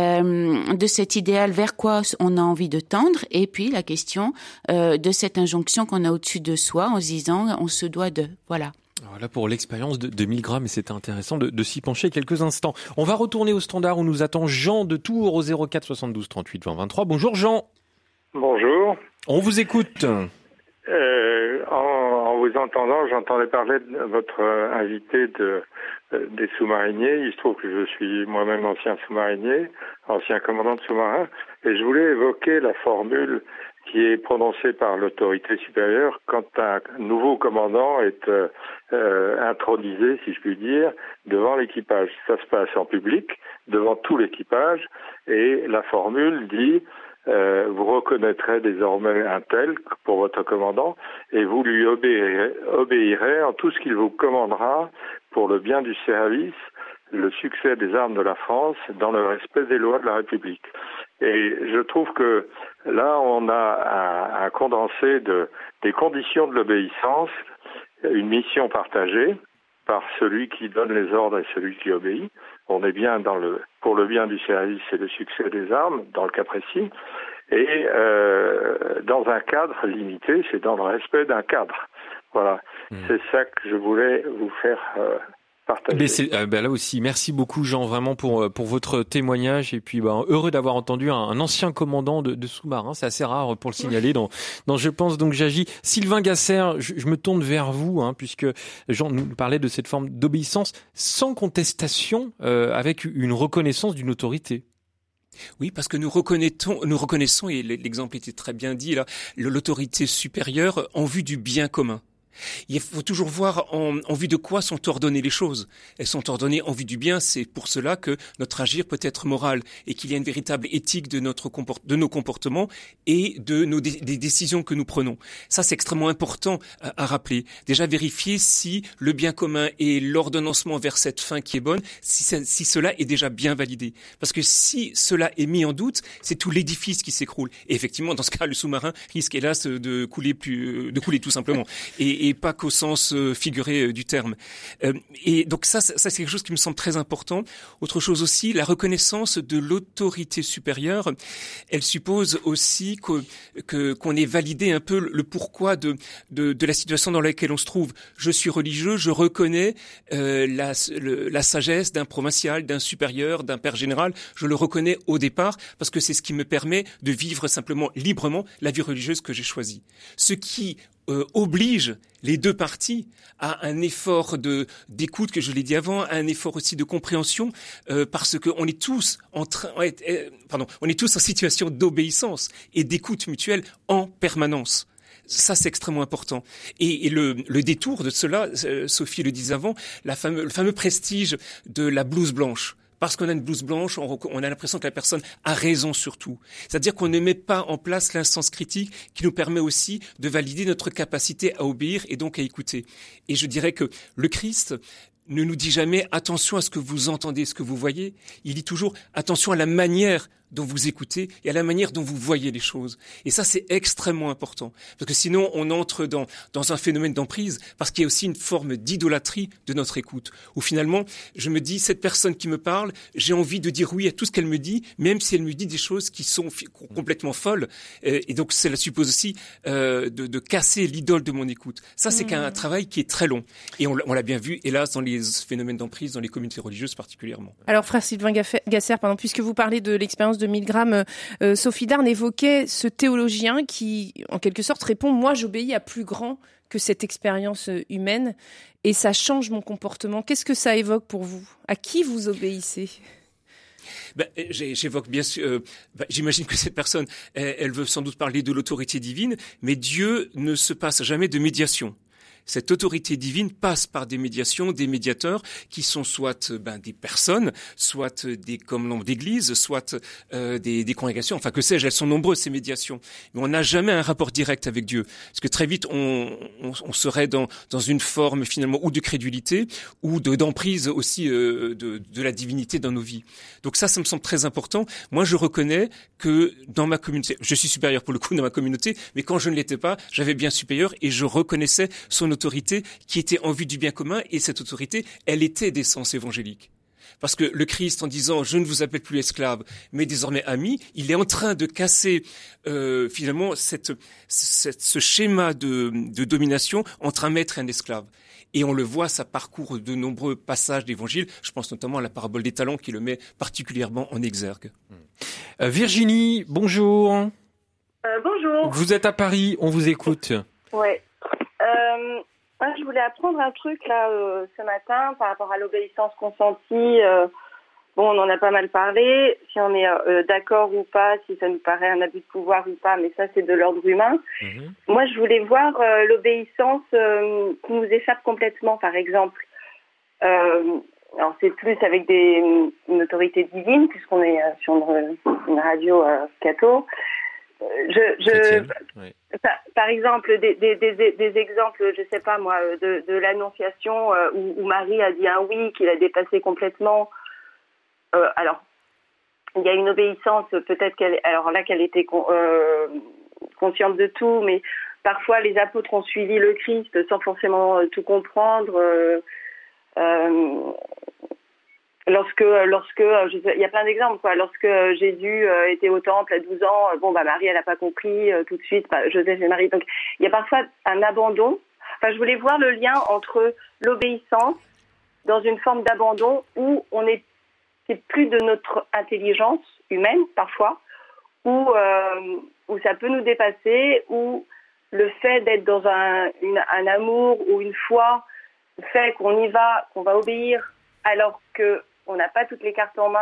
euh, de cet idéal vers quoi on a envie de tendre, et puis la question euh, de cette injonction qu'on a au-dessus de soi en se disant on se doit de, voilà. Voilà pour l'expérience de, de mille grammes, et c'était intéressant de, de s'y pencher quelques instants. On va retourner au standard où nous attend Jean de Tours au zéro quatre soixante-douze trente-huit vingt vingt-trois. Bonjour Jean. Bonjour. On vous écoute. Euh, en, en vous entendant, j'entendais parler de votre euh, invité de, euh, des sous-mariniers. Il se trouve que je suis moi-même ancien sous-marinier, ancien commandant de sous-marin, et je voulais évoquer la formule qui est prononcée par l'autorité supérieure quand un nouveau commandant est euh, euh, intronisé, si je puis dire, devant l'équipage. Ça se passe en public, devant tout l'équipage, et la formule dit euh, vous reconnaîtrez désormais un tel pour votre commandant, et vous lui obéirez, obéirez en tout ce qu'il vous commandera pour le bien du service, le succès des armes de la France dans le respect des lois de la République. Et je trouve que là, on a un, un condensé de, des conditions de l'obéissance, une mission partagée par celui qui donne les ordres et celui qui obéit. On est bien dans le pour le bien du service et le succès des armes, dans le cas précis, et euh, dans un cadre limité, c'est dans le respect d'un cadre. Voilà, mmh. C'est ça que je voulais vous faire euh, Mais c'est, euh, bah là aussi, merci beaucoup Jean, vraiment pour pour votre témoignage, et puis bah, heureux d'avoir entendu un, un ancien commandant de, de sous-marin, c'est assez rare pour le signaler dans dans Je pense donc j'agis. Sylvain Gasser, je, je me tourne vers vous, hein, puisque Jean nous parlait de cette forme d'obéissance sans contestation, euh, avec une reconnaissance d'une autorité. Oui, parce que nous reconnaissons, nous reconnaissons, et l'exemple était très bien dit là, l'autorité supérieure en vue du bien commun. Il faut toujours voir en, en vue de quoi sont ordonnées les choses. Elles sont ordonnées en vue du bien, c'est pour cela que notre agir peut être moral et qu'il y a une véritable éthique de, notre comport- de nos comportements et de nos dé- des décisions que nous prenons. Ça, c'est extrêmement important à, à rappeler. Déjà, vérifier si le bien commun et l'ordonnancement vers cette fin qui est bonne, si, ça, si cela est déjà bien validé. Parce que si cela est mis en doute, c'est tout l'édifice qui s'écroule. Et effectivement, dans ce cas, le sous-marin risque hélas de couler, plus, de couler tout simplement. Et, et pas qu'au sens euh, figuré euh, du terme. Euh, et donc ça, ça, c'est quelque chose qui me semble très important. Autre chose aussi, la reconnaissance de l'autorité supérieure, elle suppose aussi que, que, qu'on ait validé un peu le pourquoi de, de, de la situation dans laquelle on se trouve. Je suis religieux, je reconnais euh, la, le, la sagesse d'un provincial, d'un supérieur, d'un père général. Je le reconnais au départ parce que c'est ce qui me permet de vivre simplement librement la vie religieuse que j'ai choisie. Ce qui Euh, oblige les deux parties à un effort de d'écoute, que je l'ai dit avant, à un effort aussi de compréhension, euh, parce que on est tous en train, euh, pardon, on est tous en situation d'obéissance et d'écoute mutuelle en permanence. Ça, c'est extrêmement important. Et, et le, le détour de cela, euh, Sophie le disait avant, la fameux, le fameux prestige de la blouse blanche. Parce qu'on a une blouse blanche, on, on a l'impression que la personne a raison sur tout. C'est-à-dire qu'on ne met pas en place l'instance critique qui nous permet aussi de valider notre capacité à obéir et donc à écouter. Et je dirais que le Christ ne nous dit jamais « attention à ce que vous entendez, ce que vous voyez ». Il dit toujours « attention à la manière dont vous écoutez et à la manière dont vous voyez les choses ». Et ça, c'est extrêmement important. Parce que sinon, on entre dans, dans un phénomène d'emprise, parce qu'il y a aussi une forme d'idolâtrie de notre écoute. Où finalement, je me dis, cette personne qui me parle, j'ai envie de dire oui à tout ce qu'elle me dit, même si elle me dit des choses qui sont fi- complètement folles. Et donc, cela suppose aussi euh, de, de casser l'idole de mon écoute. Ça, c'est mmh. un travail qui est très long. Et on, on l'a bien vu, hélas, dans les phénomènes d'emprise, dans les communautés religieuses particulièrement. Alors, frère Sylvain Gasser, pardon, puisque vous parlez de l'expérience de Milgram, euh, Sophie Darn évoquait ce théologien qui, en quelque sorte, répond « Moi, j'obéis à plus grand que cette expérience humaine et ça change mon comportement ». Qu'est-ce que ça évoque pour vous ? À qui vous obéissez ? Ben, j'évoque bien sûr, euh, ben, j'imagine que cette personne, elle, elle veut sans doute parler de l'autorité divine, mais Dieu ne se passe jamais de médiation. Cette autorité divine passe par des médiations, des médiateurs qui sont soit ben, des personnes, soit des comme nombre d'églises, soit euh, des, des congrégations. Enfin, que sais-je, elles sont nombreuses ces médiations. Mais on n'a jamais un rapport direct avec Dieu, parce que très vite on, on, on serait dans dans une forme finalement ou de crédulité ou de d'emprise aussi euh, de de la divinité dans nos vies. Donc ça, ça me semble très important. Moi, je reconnais que dans ma communauté, je suis supérieur pour le coup dans ma communauté, mais quand je ne l'étais pas, j'avais bien supérieur et je reconnaissais son autorité qui était en vue du bien commun, et cette autorité, elle était d'essence évangélique. Parce que le Christ, en disant « je ne vous appelle plus esclave, mais désormais ami », il est en train de casser euh, finalement cette, cette, ce schéma de, de domination entre un maître et un esclave. Et on le voit, ça parcourt de nombreux passages d'évangile. Je pense notamment à la parabole des talents qui le met particulièrement en exergue. Euh, Virginie, bonjour. Euh, bonjour. Vous êtes à Paris, on vous écoute. Ouais. Euh, moi, je voulais apprendre un truc là euh, ce matin par rapport à l'obéissance consentie. Euh, bon, on en a pas mal parlé. Si on est euh, d'accord ou pas, si ça nous paraît un abus de pouvoir ou pas, mais ça c'est de l'ordre humain. Mmh. Moi, je voulais voir euh, l'obéissance euh, qui nous échappe complètement, par exemple. Euh, alors c'est plus avec des, une autorité divine, puisqu'on est euh, sur une, une radio euh, catho. Je, je, oui. par, par exemple, des, des, des, des exemples, je sais pas moi, de, de l'Annonciation euh, où, où Marie a dit un oui qu'il a dépassé complètement. Euh, alors, il y a une obéissance, peut-être qu'elle, alors là qu'elle était con, euh, consciente de tout, mais parfois les apôtres ont suivi le Christ sans forcément tout comprendre. Euh, euh, Lorsque, lorsque, je sais, il y a plein d'exemples, quoi. Lorsque Jésus euh, était au temple à douze ans, bon, bah, Marie, elle n'a pas compris euh, tout de suite, bah, Joseph et Marie. Donc, il y a parfois un abandon. Enfin, je voulais voir le lien entre l'obéissance dans une forme d'abandon où on est, c'est plus de notre intelligence humaine, parfois, où, euh, où ça peut nous dépasser, où le fait d'être dans un, une, un amour ou une foi fait qu'on y va, qu'on va obéir, alors que on n'a pas toutes les cartes en main,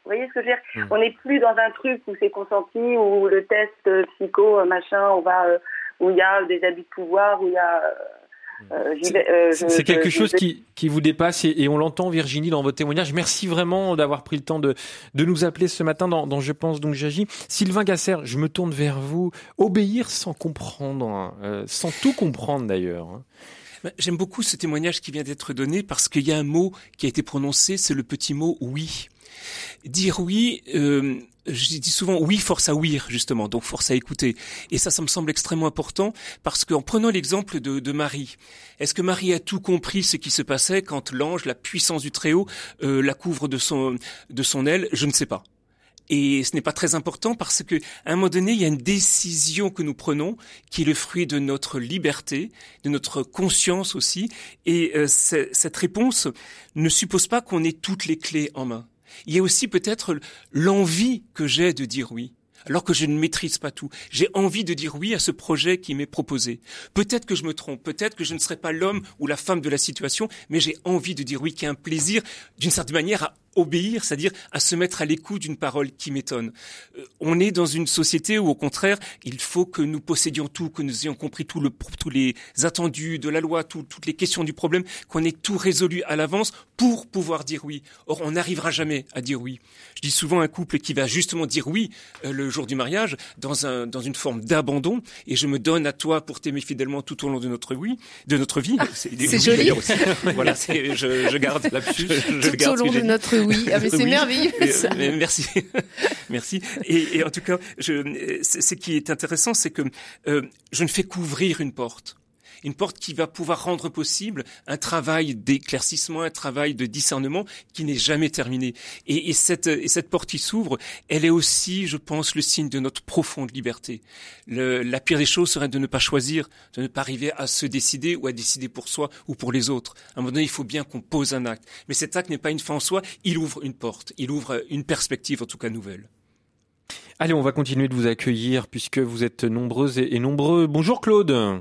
Vous voyez ce que je veux dire? Mmh. On n'est plus dans un truc où c'est consenti, où le test euh, psycho, euh, machin, on va, euh, où il y a des abus de pouvoir, où il y a... Euh, j'y vais, euh, c'est je, c'est quelque je, chose je... qui, qui vous dépasse et, et on l'entend, Virginie, dans votre témoignage. Merci vraiment d'avoir pris le temps de, de nous appeler ce matin dans, dans Je pense donc j'agis. Sylvain Gasser, je me tourne vers vous. Obéir sans comprendre, hein, euh, sans tout comprendre d'ailleurs. Hein. J'aime beaucoup ce témoignage qui vient d'être donné parce qu'il y a un mot qui a été prononcé, c'est le petit mot « oui ». Dire oui, euh, je dis souvent oui, force à ouïr justement, donc force à écouter. Et ça, ça me semble extrêmement important parce qu'en prenant l'exemple de, de Marie, est-ce que Marie a tout compris ce qui se passait quand l'ange, la puissance du Très-Haut, euh, la couvre de son de son aile? Je ne sais pas. Et ce n'est pas très important parce que, à un moment donné, il y a une décision que nous prenons qui est le fruit de notre liberté, de notre conscience aussi. Et euh, cette réponse ne suppose pas qu'on ait toutes les clés en main. Il y a aussi peut-être l'envie que j'ai de dire oui, alors que je ne maîtrise pas tout. J'ai envie de dire oui à ce projet qui m'est proposé. Peut-être que je me trompe, peut-être que je ne serai pas l'homme ou la femme de la situation, mais j'ai envie de dire oui, qu'il y a un plaisir, d'une certaine manière, à obéir, c'est-à-dire à se mettre à l'écoute d'une parole qui m'étonne. Euh, on est dans une société où, au contraire, il faut que nous possédions tout, que nous ayons compris tout le, tous les attendus de la loi, tout, toutes les questions du problème, qu'on ait tout résolu à l'avance pour pouvoir dire oui. Or, on n'arrivera jamais à dire oui. Je dis souvent un couple qui va justement dire oui euh, le jour du mariage dans, un, dans une forme d'abandon, et je me donne à toi pour t'aimer fidèlement tout au long de notre, oui, de notre vie. Ah, c'est c'est joli. Aussi. Voilà, c'est, je, je garde la je, je tout garde au long de notre oui. Oui, ah mais c'est oui. merveilleux. Ça. Euh, merci, merci. Et, et en tout cas, je, ce qui est intéressant, c'est que euh, je ne fais qu'ouvrir une porte. Une porte qui va pouvoir rendre possible un travail d'éclaircissement, un travail de discernement qui n'est jamais terminé. Et, et, cette, et cette porte qui s'ouvre, elle est aussi, je pense, le signe de notre profonde liberté. Le, la pire des choses serait de ne pas choisir, de ne pas arriver à se décider ou à décider pour soi ou pour les autres. À un moment donné, il faut bien qu'on pose un acte. Mais cet acte n'est pas une fin en soi, il ouvre une porte, il ouvre une perspective, en tout cas nouvelle. Allez, on va continuer de vous accueillir puisque vous êtes nombreuses et, et nombreux. Bonjour Claude.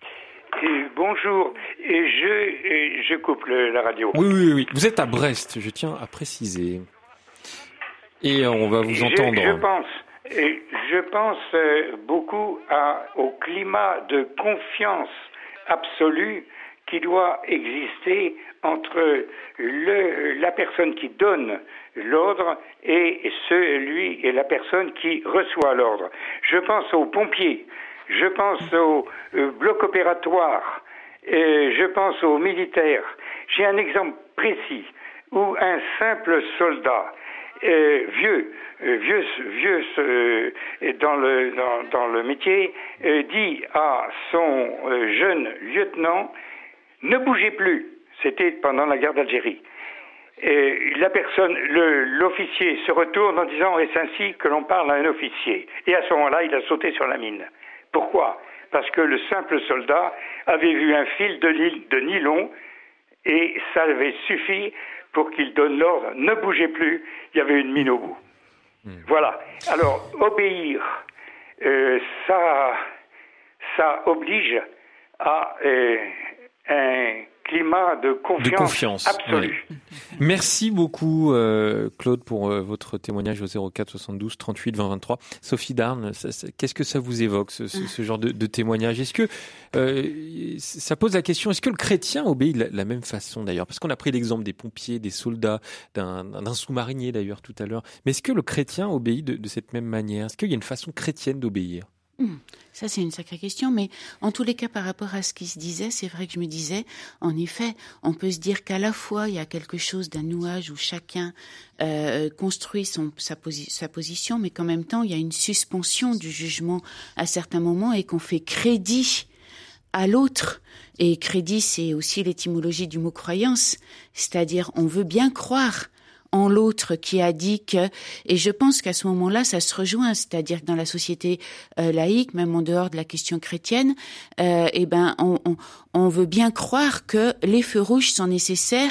Bonjour, et je, je coupe le, la radio. Oui, oui, oui, vous êtes à Brest, je tiens à préciser. Et on va vous je, entendre. Je pense, je pense beaucoup à, au climat de confiance absolue qui doit exister entre le, la personne qui donne l'ordre et celui et la personne qui reçoit l'ordre. Je pense aux pompiers, je pense au euh, bloc opératoire, euh, je pense aux militaires. J'ai un exemple précis où un simple soldat euh, vieux, euh, vieux, vieux euh, dans le dans, dans le métier euh, dit à son euh, jeune lieutenant: ne bougez plus. C'était pendant la guerre d'Algérie. Et la personne, le, l'officier se retourne en disant: est-ce ainsi que l'on parle à un officier? Et à ce moment-là, il a sauté sur la mine. Pourquoi? Parce que le simple soldat avait vu un fil de, de nylon et ça avait suffi pour qu'il donne l'ordre: ne bougez plus, il y avait une mine au bout. Mmh. Voilà. Alors, obéir, euh, ça, ça oblige à euh, un climat de confiance, de confiance absolue. Oui. Merci beaucoup euh, Claude pour euh, votre témoignage au zéro quatre soixante-douze trente-huit vingt vingt-trois. Sophie Darn, ça, ça, qu'est-ce que ça vous évoque ce, ce, ce genre de, de témoignage? Est-ce que euh, ça pose la question, est-ce que le chrétien obéit de la, la même façon d'ailleurs? Parce qu'on a pris l'exemple des pompiers, des soldats, d'un, d'un sous-marinier d'ailleurs tout à l'heure. Mais est-ce que le chrétien obéit de, de cette même manière? Est-ce qu'il y a une façon chrétienne d'obéir? Ça, c'est une sacrée question, mais en tous les cas, par rapport à ce qui se disait, c'est vrai que je me disais, en effet, on peut se dire qu'à la fois, il y a quelque chose d'un nouage où chacun euh, construit son, sa, posi- sa position, mais qu'en même temps, il y a une suspension du jugement à certains moments et qu'on fait crédit à l'autre. Et crédit, c'est aussi l'étymologie du mot croyance, c'est-à-dire on veut bien croire en l'autre qui a dit que, et je pense qu'à ce moment-là, ça se rejoint, c'est-à-dire que dans la société euh, laïque, même en dehors de la question chrétienne, euh, eh ben, on, on, on veut bien croire que les feux rouges sont nécessaires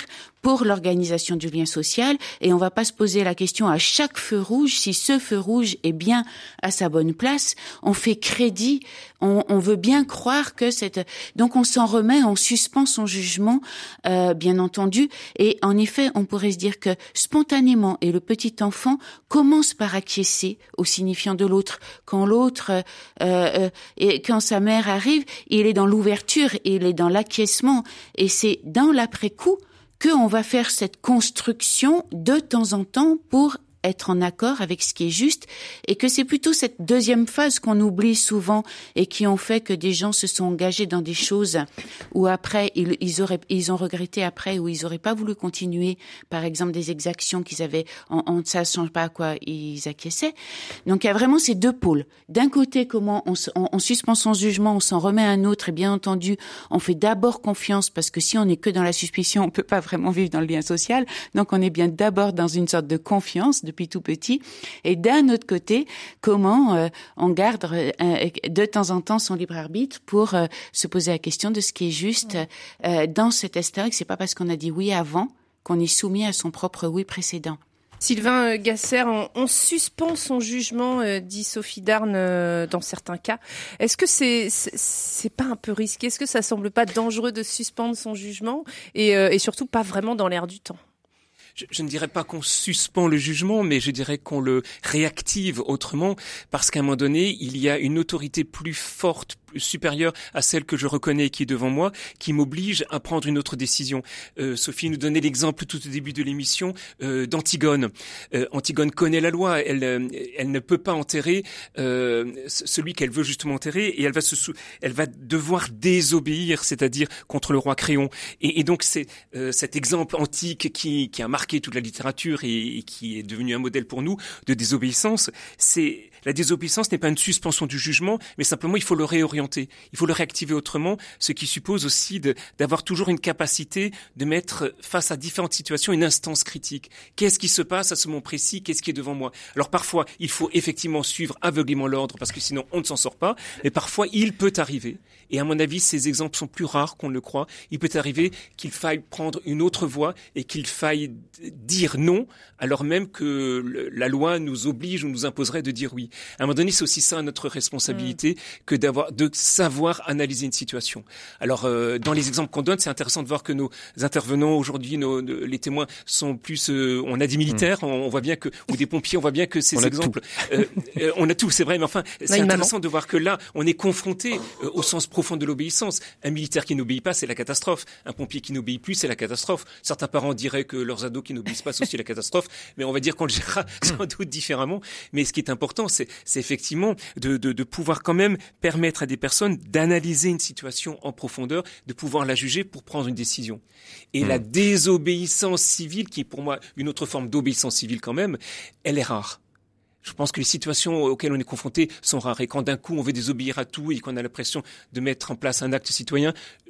pour l'organisation du lien social, et on va pas se poser la question à chaque feu rouge si ce feu rouge est bien à sa bonne place. On fait crédit, on, on veut bien croire que cette... Donc on s'en remet, on suspend son jugement, euh, bien entendu, et en effet, on pourrait se dire que spontanément, et le petit enfant commence par acquiescer au signifiant de l'autre. Quand l'autre, euh, euh, et quand sa mère arrive, il est dans l'ouverture, il est dans l'acquiescement, et c'est dans l'après-coup qu'on va faire cette construction de temps en temps pour être en accord avec ce qui est juste, et que c'est plutôt cette deuxième phase qu'on oublie souvent et qui ont fait que des gens se sont engagés dans des choses où après ils, ils auraient ils ont regretté après, où ils auraient pas voulu continuer, par exemple des exactions qu'ils avaient en, en ça ne change pas à quoi ils acquiesçaient. Donc il y a vraiment ces deux pôles. D'un côté, comment on, on, on suspend son jugement, on s'en remet à un autre, et bien entendu on fait d'abord confiance, parce que si on n'est que dans la suspicion, on peut pas vraiment vivre dans le lien social. Donc on est bien d'abord dans une sorte de confiance de depuis tout petit, et d'un autre côté, comment euh, on garde euh, de temps en temps son libre arbitre pour euh, se poser la question de ce qui est juste euh, dans cet instant, que c'est pas parce qu'on a dit oui avant qu'on est soumis à son propre oui précédent. Sylvain Gasser, on, on suspend son jugement, euh, dit Sophie Darn, euh, dans certains cas. Est-ce que c'est, c'est c'est pas un peu risqué? Est-ce que ça semble pas dangereux de suspendre son jugement, et, euh, et surtout pas vraiment dans l'air du temps? Je, je ne dirais pas qu'on suspend le jugement, mais je dirais qu'on le réactive autrement, parce qu'à un moment donné, il y a une autorité plus forte, plus supérieure à celle que je reconnais qui est devant moi, qui m'oblige à prendre une autre décision. Euh, Sophie nous donnait l'exemple tout au début de l'émission euh, d'Antigone. Euh, Antigone connaît la loi, elle, euh, elle ne peut pas enterrer euh, celui qu'elle veut justement enterrer, et elle va se, sou- elle va devoir désobéir, c'est-à-dire contre le roi Créon. Et, et donc c'est euh, cet exemple antique qui, qui a marqué toute la littérature et, et qui est devenu un modèle pour nous de désobéissance. C'est la désobéissance n'est pas une suspension du jugement, mais simplement il faut le réorienter, il faut le réactiver autrement, ce qui suppose aussi de, d'avoir toujours une capacité de mettre face à différentes situations une instance critique. Qu'est-ce qui se passe à ce moment précis? Qu'est-ce qui est devant moi? Alors parfois il faut effectivement suivre aveuglément l'ordre, parce que sinon on ne s'en sort pas, mais parfois il peut arriver, et à mon avis ces exemples sont plus rares qu'on ne le croit, il peut arriver qu'il faille prendre une autre voie et qu'il faille dire non, alors même que le, la loi nous oblige ou nous imposerait de dire oui. À un moment donné, c'est aussi ça notre responsabilité, mmh. que d'avoir, de savoir analyser une situation. Alors, euh, dans les exemples qu'on donne, c'est intéressant de voir que nos intervenants aujourd'hui, nos, nos les témoins sont plus, euh, on a des militaires, mmh. on, on voit bien que, ou des pompiers, on voit bien que ces on exemples, euh, euh, on a tout, c'est vrai, mais enfin, c'est non, intéressant de voir que là, on est confronté euh, au sens profond de l'obéissance. Un militaire qui n'obéit pas, c'est la catastrophe. Un pompier qui n'obéit plus, c'est la catastrophe. Certains parents diraient que leurs ados qui n'obéissent pas, c'est aussi la catastrophe, mais on va dire qu'on le gérera sans doute différemment. Mais ce qui est important, c'est, c'est effectivement de, de, de pouvoir quand même permettre à des personnes d'analyser une situation en profondeur, de pouvoir la juger pour prendre une décision. Et mmh. la désobéissance civile, qui est pour moi une autre forme d'obéissance civile quand même, elle est rare. Je pense que les situations auxquelles on est confronté sont rares. Et quand d'un coup on veut désobéir à tout et qu'on a l'impression de mettre en place un acte citoyen,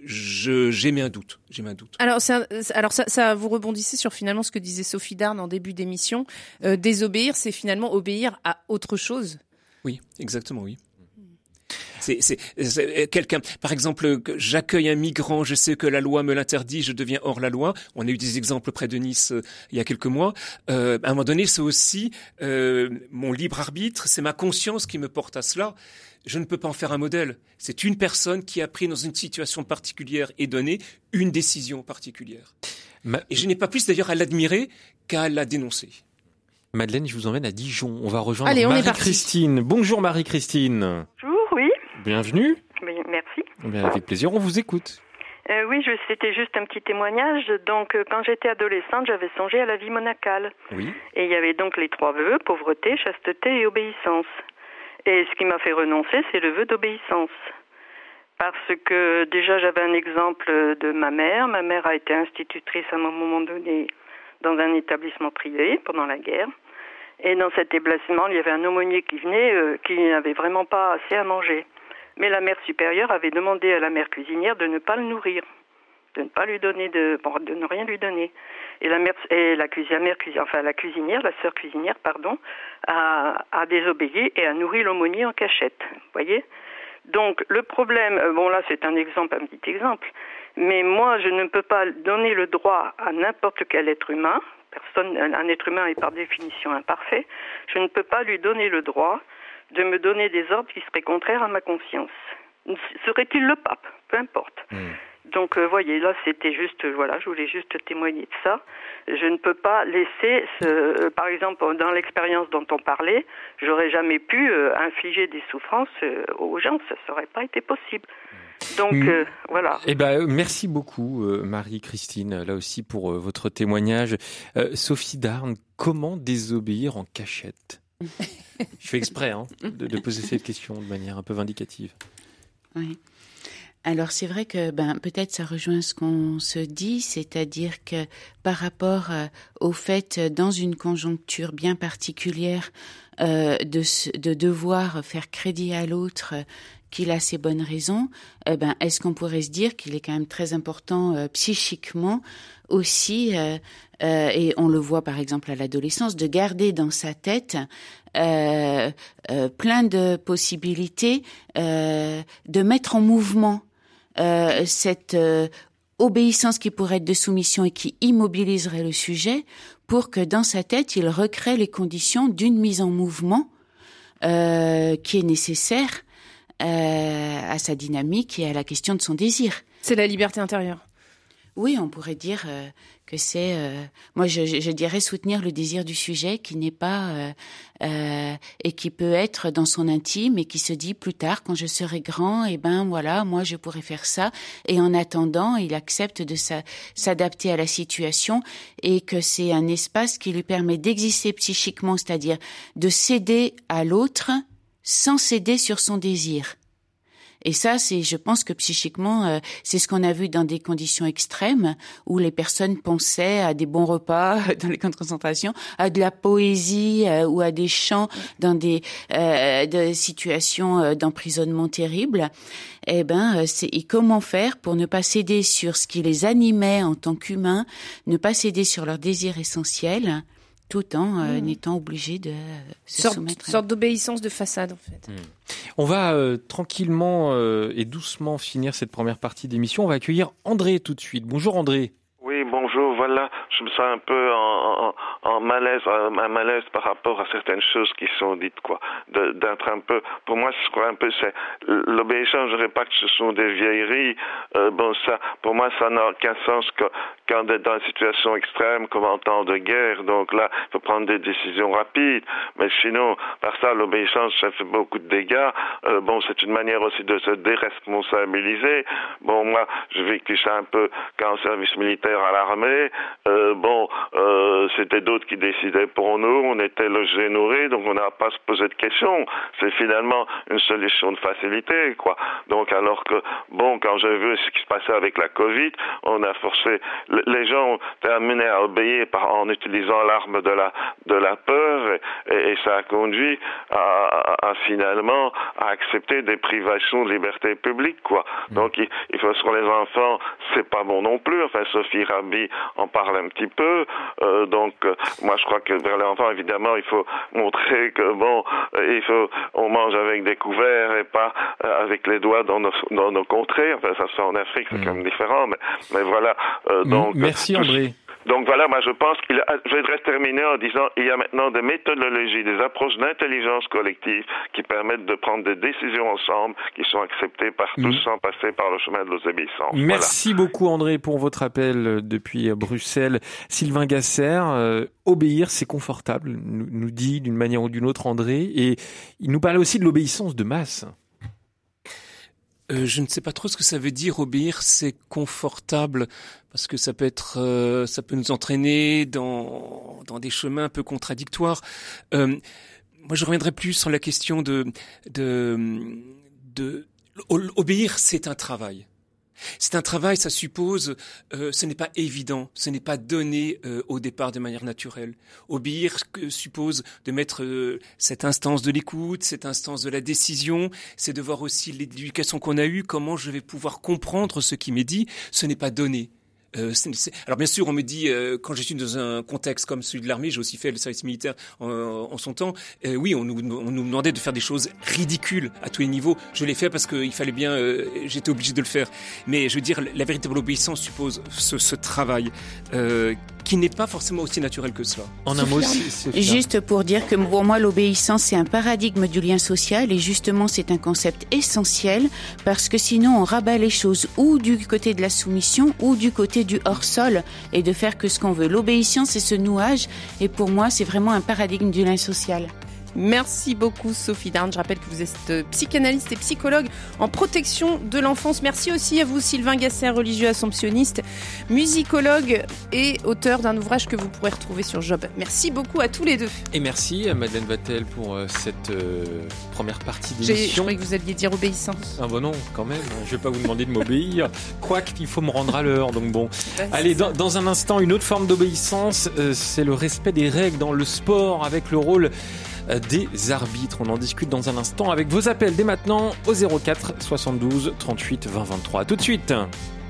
je, j'émets un doute. J'émets un doute. Alors, c'est un, alors ça, ça, vous rebondissez sur finalement ce que disait Sophie Darn en début d'émission. Euh, désobéir, c'est finalement obéir à autre chose. Oui, exactement, oui. C'est, c'est, c'est quelqu'un, par exemple, que j'accueille un migrant, je sais que la loi me l'interdit, je deviens hors la loi. On a eu des exemples près de Nice euh, il y a quelques mois. Euh, à un moment donné, c'est aussi euh, mon libre arbitre, c'est ma conscience qui me porte à cela. Je ne peux pas en faire un modèle. C'est une personne qui a pris dans une situation particulière et donné une décision particulière. Ma... Et je n'ai pas plus d'ailleurs à l'admirer qu'à la dénoncer. Madeleine, je vous emmène à Dijon. On va rejoindre Allez, Marie-Christine. Bonjour Marie-Christine. Bonjour, oui. Bienvenue. Oui, merci. Bien, avec plaisir, on vous écoute. Euh, oui, je, c'était juste un petit témoignage. Donc, euh, quand j'étais adolescente, j'avais songé à la vie monacale. Oui. Et il y avait donc les trois vœux, pauvreté, chasteté et obéissance. Et ce qui m'a fait renoncer, c'est le vœu d'obéissance. Parce que déjà, j'avais un exemple de ma mère. Ma mère a été institutrice à un moment donné dans un établissement privé pendant la guerre. Et dans cet établissement, il y avait un aumônier qui venait, euh, qui n'avait vraiment pas assez à manger. Mais la mère supérieure avait demandé à la mère cuisinière de ne pas le nourrir, de ne pas lui donner de, bon, de ne rien lui donner. Et la mère, et la cuisinière, enfin la cuisinière, la sœur cuisinière, pardon, a, a désobéi et a nourri l'aumônier en cachette. Vous voyez ? Donc le problème, bon là c'est un exemple, un petit exemple, Mais moi, je ne peux pas donner le droit à n'importe quel être humain. Personne, un être humain est par définition imparfait. Je ne peux pas lui donner le droit de me donner des ordres qui seraient contraires à ma conscience. Serait-il le pape ? Peu importe. Mmh. Donc, euh, voyez, là, c'était juste, euh, voilà, je voulais juste témoigner de ça. Je ne peux pas laisser, ce, euh, par exemple, dans l'expérience dont on parlait, j'aurais jamais pu euh, infliger des souffrances euh, aux gens, ça n'aurait pas été possible. Donc, euh, voilà. Eh ben, merci beaucoup, euh, Marie-Christine, là aussi, pour euh, votre témoignage. Euh, Sophie Darn, comment désobéir en cachette ? Je fais exprès hein, de, de poser cette question de manière un peu vindicative. Oui. Alors c'est vrai que ben peut-être ça rejoint ce qu'on se dit, c'est-à-dire que par rapport euh, au fait dans une conjoncture bien particulière euh, de de devoir faire crédit à l'autre euh, qu'il a ses bonnes raisons, eh ben est-ce qu'on pourrait se dire qu'il est quand même très important euh, psychiquement aussi euh, euh, et on le voit par exemple à l'adolescence de garder dans sa tête euh, euh, plein de possibilités euh, de mettre en mouvement Euh, cette euh, obéissance qui pourrait être de soumission et qui immobiliserait le sujet pour que dans sa tête, il recrée les conditions d'une mise en mouvement euh, qui est nécessaire euh, à sa dynamique et à la question de son désir. C'est la liberté intérieure. Oui, on pourrait dire euh, que c'est... Euh, moi, je, je dirais soutenir le désir du sujet qui n'est pas... Euh, euh, et qui peut être dans son intime et qui se dit plus tard, quand je serai grand, eh ben voilà, moi, je pourrais faire ça. Et en attendant, il accepte de sa, s'adapter à la situation et que c'est un espace qui lui permet d'exister psychiquement, c'est-à-dire de céder à l'autre sans céder sur son désir. Et ça, c'est, je pense que psychiquement, euh, c'est ce qu'on a vu dans des conditions extrêmes où les personnes pensaient à des bons repas dans les camps de concentration, à de la poésie euh, ou à des chants dans des euh, de situations euh, d'emprisonnement terribles. Eh ben, c'est et comment faire pour ne pas céder sur ce qui les animait en tant qu'humains, ne pas céder sur leurs désirs essentiels, tout en euh, mmh. n'étant obligé de se sorte, soumettre. Une sorte d'obéissance de façade, en fait. Mmh. On va euh, tranquillement euh, et doucement finir cette première partie d'émission. On va accueillir André tout de suite. Bonjour André. Oui, bonjour, voilà, je me sens un peu en, en, en malaise, un malaise par rapport à certaines choses qui sont dites, quoi, de, d'être un peu, pour moi, je crois un peu, c'est, l'obéissance, je dirais pas que ce sont des vieilleries, euh, bon, ça, pour moi, ça n'a aucun sens que, quand on est dans une situation extrême, comme en temps de guerre, donc là, il faut prendre des décisions rapides, mais sinon, par ça, l'obéissance, ça fait beaucoup de dégâts, euh, bon, c'est une manière aussi de se déresponsabiliser, bon, moi, j'ai vécu ça un peu quand en service militaire à l'armée, euh, bon, euh, c'était d'autres qui décidaient pour nous, on était logés, nourris, donc on n'a pas à se poser de questions. C'est finalement une solution de facilité, quoi. Donc alors que, bon, quand j'ai vu ce qui se passait avec la Covid, on a forcé, les gens ont été amenés à obéir par, en utilisant l'arme de la, de la peur, et, et, et ça a conduit à, à, à finalement à accepter des privations de liberté publique, quoi. Donc il, il faut sur les enfants, c'est pas bon non plus, enfin Sophie Rabi en parle un petit peu, euh, donc euh, moi je crois que vers les enfants évidemment il faut montrer que bon, euh, il faut on mange avec des couverts et pas euh, avec les doigts dans nos, dans nos contrées, enfin ça se fait en Afrique, c'est mmh. quand même différent, mais, mais voilà. Euh, donc, Merci André. Donc voilà, moi je pense qu'il a, je voudrais terminer en disant il y a maintenant des méthodologies, des approches d'intelligence collective qui permettent de prendre des décisions ensemble qui sont acceptées par tous mmh. sans passer par le chemin de l'obéissance. Merci voilà. beaucoup André pour votre appel depuis Bruxelles. Sylvain Gasser, euh, obéir c'est confortable, nous, nous dit d'une manière ou d'une autre André, et il nous parle aussi de l'obéissance de masse. Euh, je ne sais pas trop ce que ça veut dire obéir, c'est confortable parce que ça peut être, euh, ça peut nous entraîner dans dans des chemins un peu contradictoires. Euh, moi, je reviendrai plus sur la question de de de obéir, c'est un travail. C'est un travail, ça suppose, euh, ce n'est pas évident, ce n'est pas donné euh, au départ de manière naturelle. Obéir euh, suppose de mettre euh, cette instance de l'écoute, cette instance de la décision, c'est de voir aussi l'éducation qu'on a eue, comment je vais pouvoir comprendre ce qui m'est dit, ce n'est pas donné. Euh, c'est, c'est... Alors bien sûr, on me dit euh, quand je suis dans un contexte comme celui de l'armée, j'ai aussi fait le service militaire en, en son temps. Euh, oui, on nous, on nous demandait de faire des choses ridicules à tous les niveaux. Je l'ai fait parce qu'il fallait bien, euh, j'étais obligé de le faire. Mais je veux dire, la véritable obéissance suppose ce, ce travail euh, qui n'est pas forcément aussi naturel que cela. En un mot, c'est, c'est juste pour dire que pour moi, l'obéissance, c'est un paradigme du lien social et justement, c'est un concept essentiel parce que sinon, on rabat les choses ou du côté de la soumission ou du côté du hors-sol et de faire que ce qu'on veut. L'obéissance, c'est ce nouage et pour moi, c'est vraiment un paradigme du lien social. Merci beaucoup Sophie Darn. Je rappelle que vous êtes psychanalyste et psychologue en protection de l'enfance. Merci aussi à vous Sylvain Gasser, religieux assomptionniste, musicologue et auteur d'un ouvrage que vous pourrez retrouver sur Job. Merci beaucoup à tous les deux. Et merci à Madeleine Vatel pour euh, cette euh, première partie d'émission. J'ai, je croyais que vous alliez dire obéissance. Ah bah non, quand même, je vais pas vous demander de m'obéir. Quoique, il faut me rendre à l'heure, donc bon. Bah, allez, dans, dans un instant, une autre forme d'obéissance, euh, c'est le respect des règles dans le sport avec le rôle des arbitres. On en discute dans un instant avec vos appels dès maintenant au zéro quatre soixante-douze trente-huit vingt vingt-trois. Tout de suite.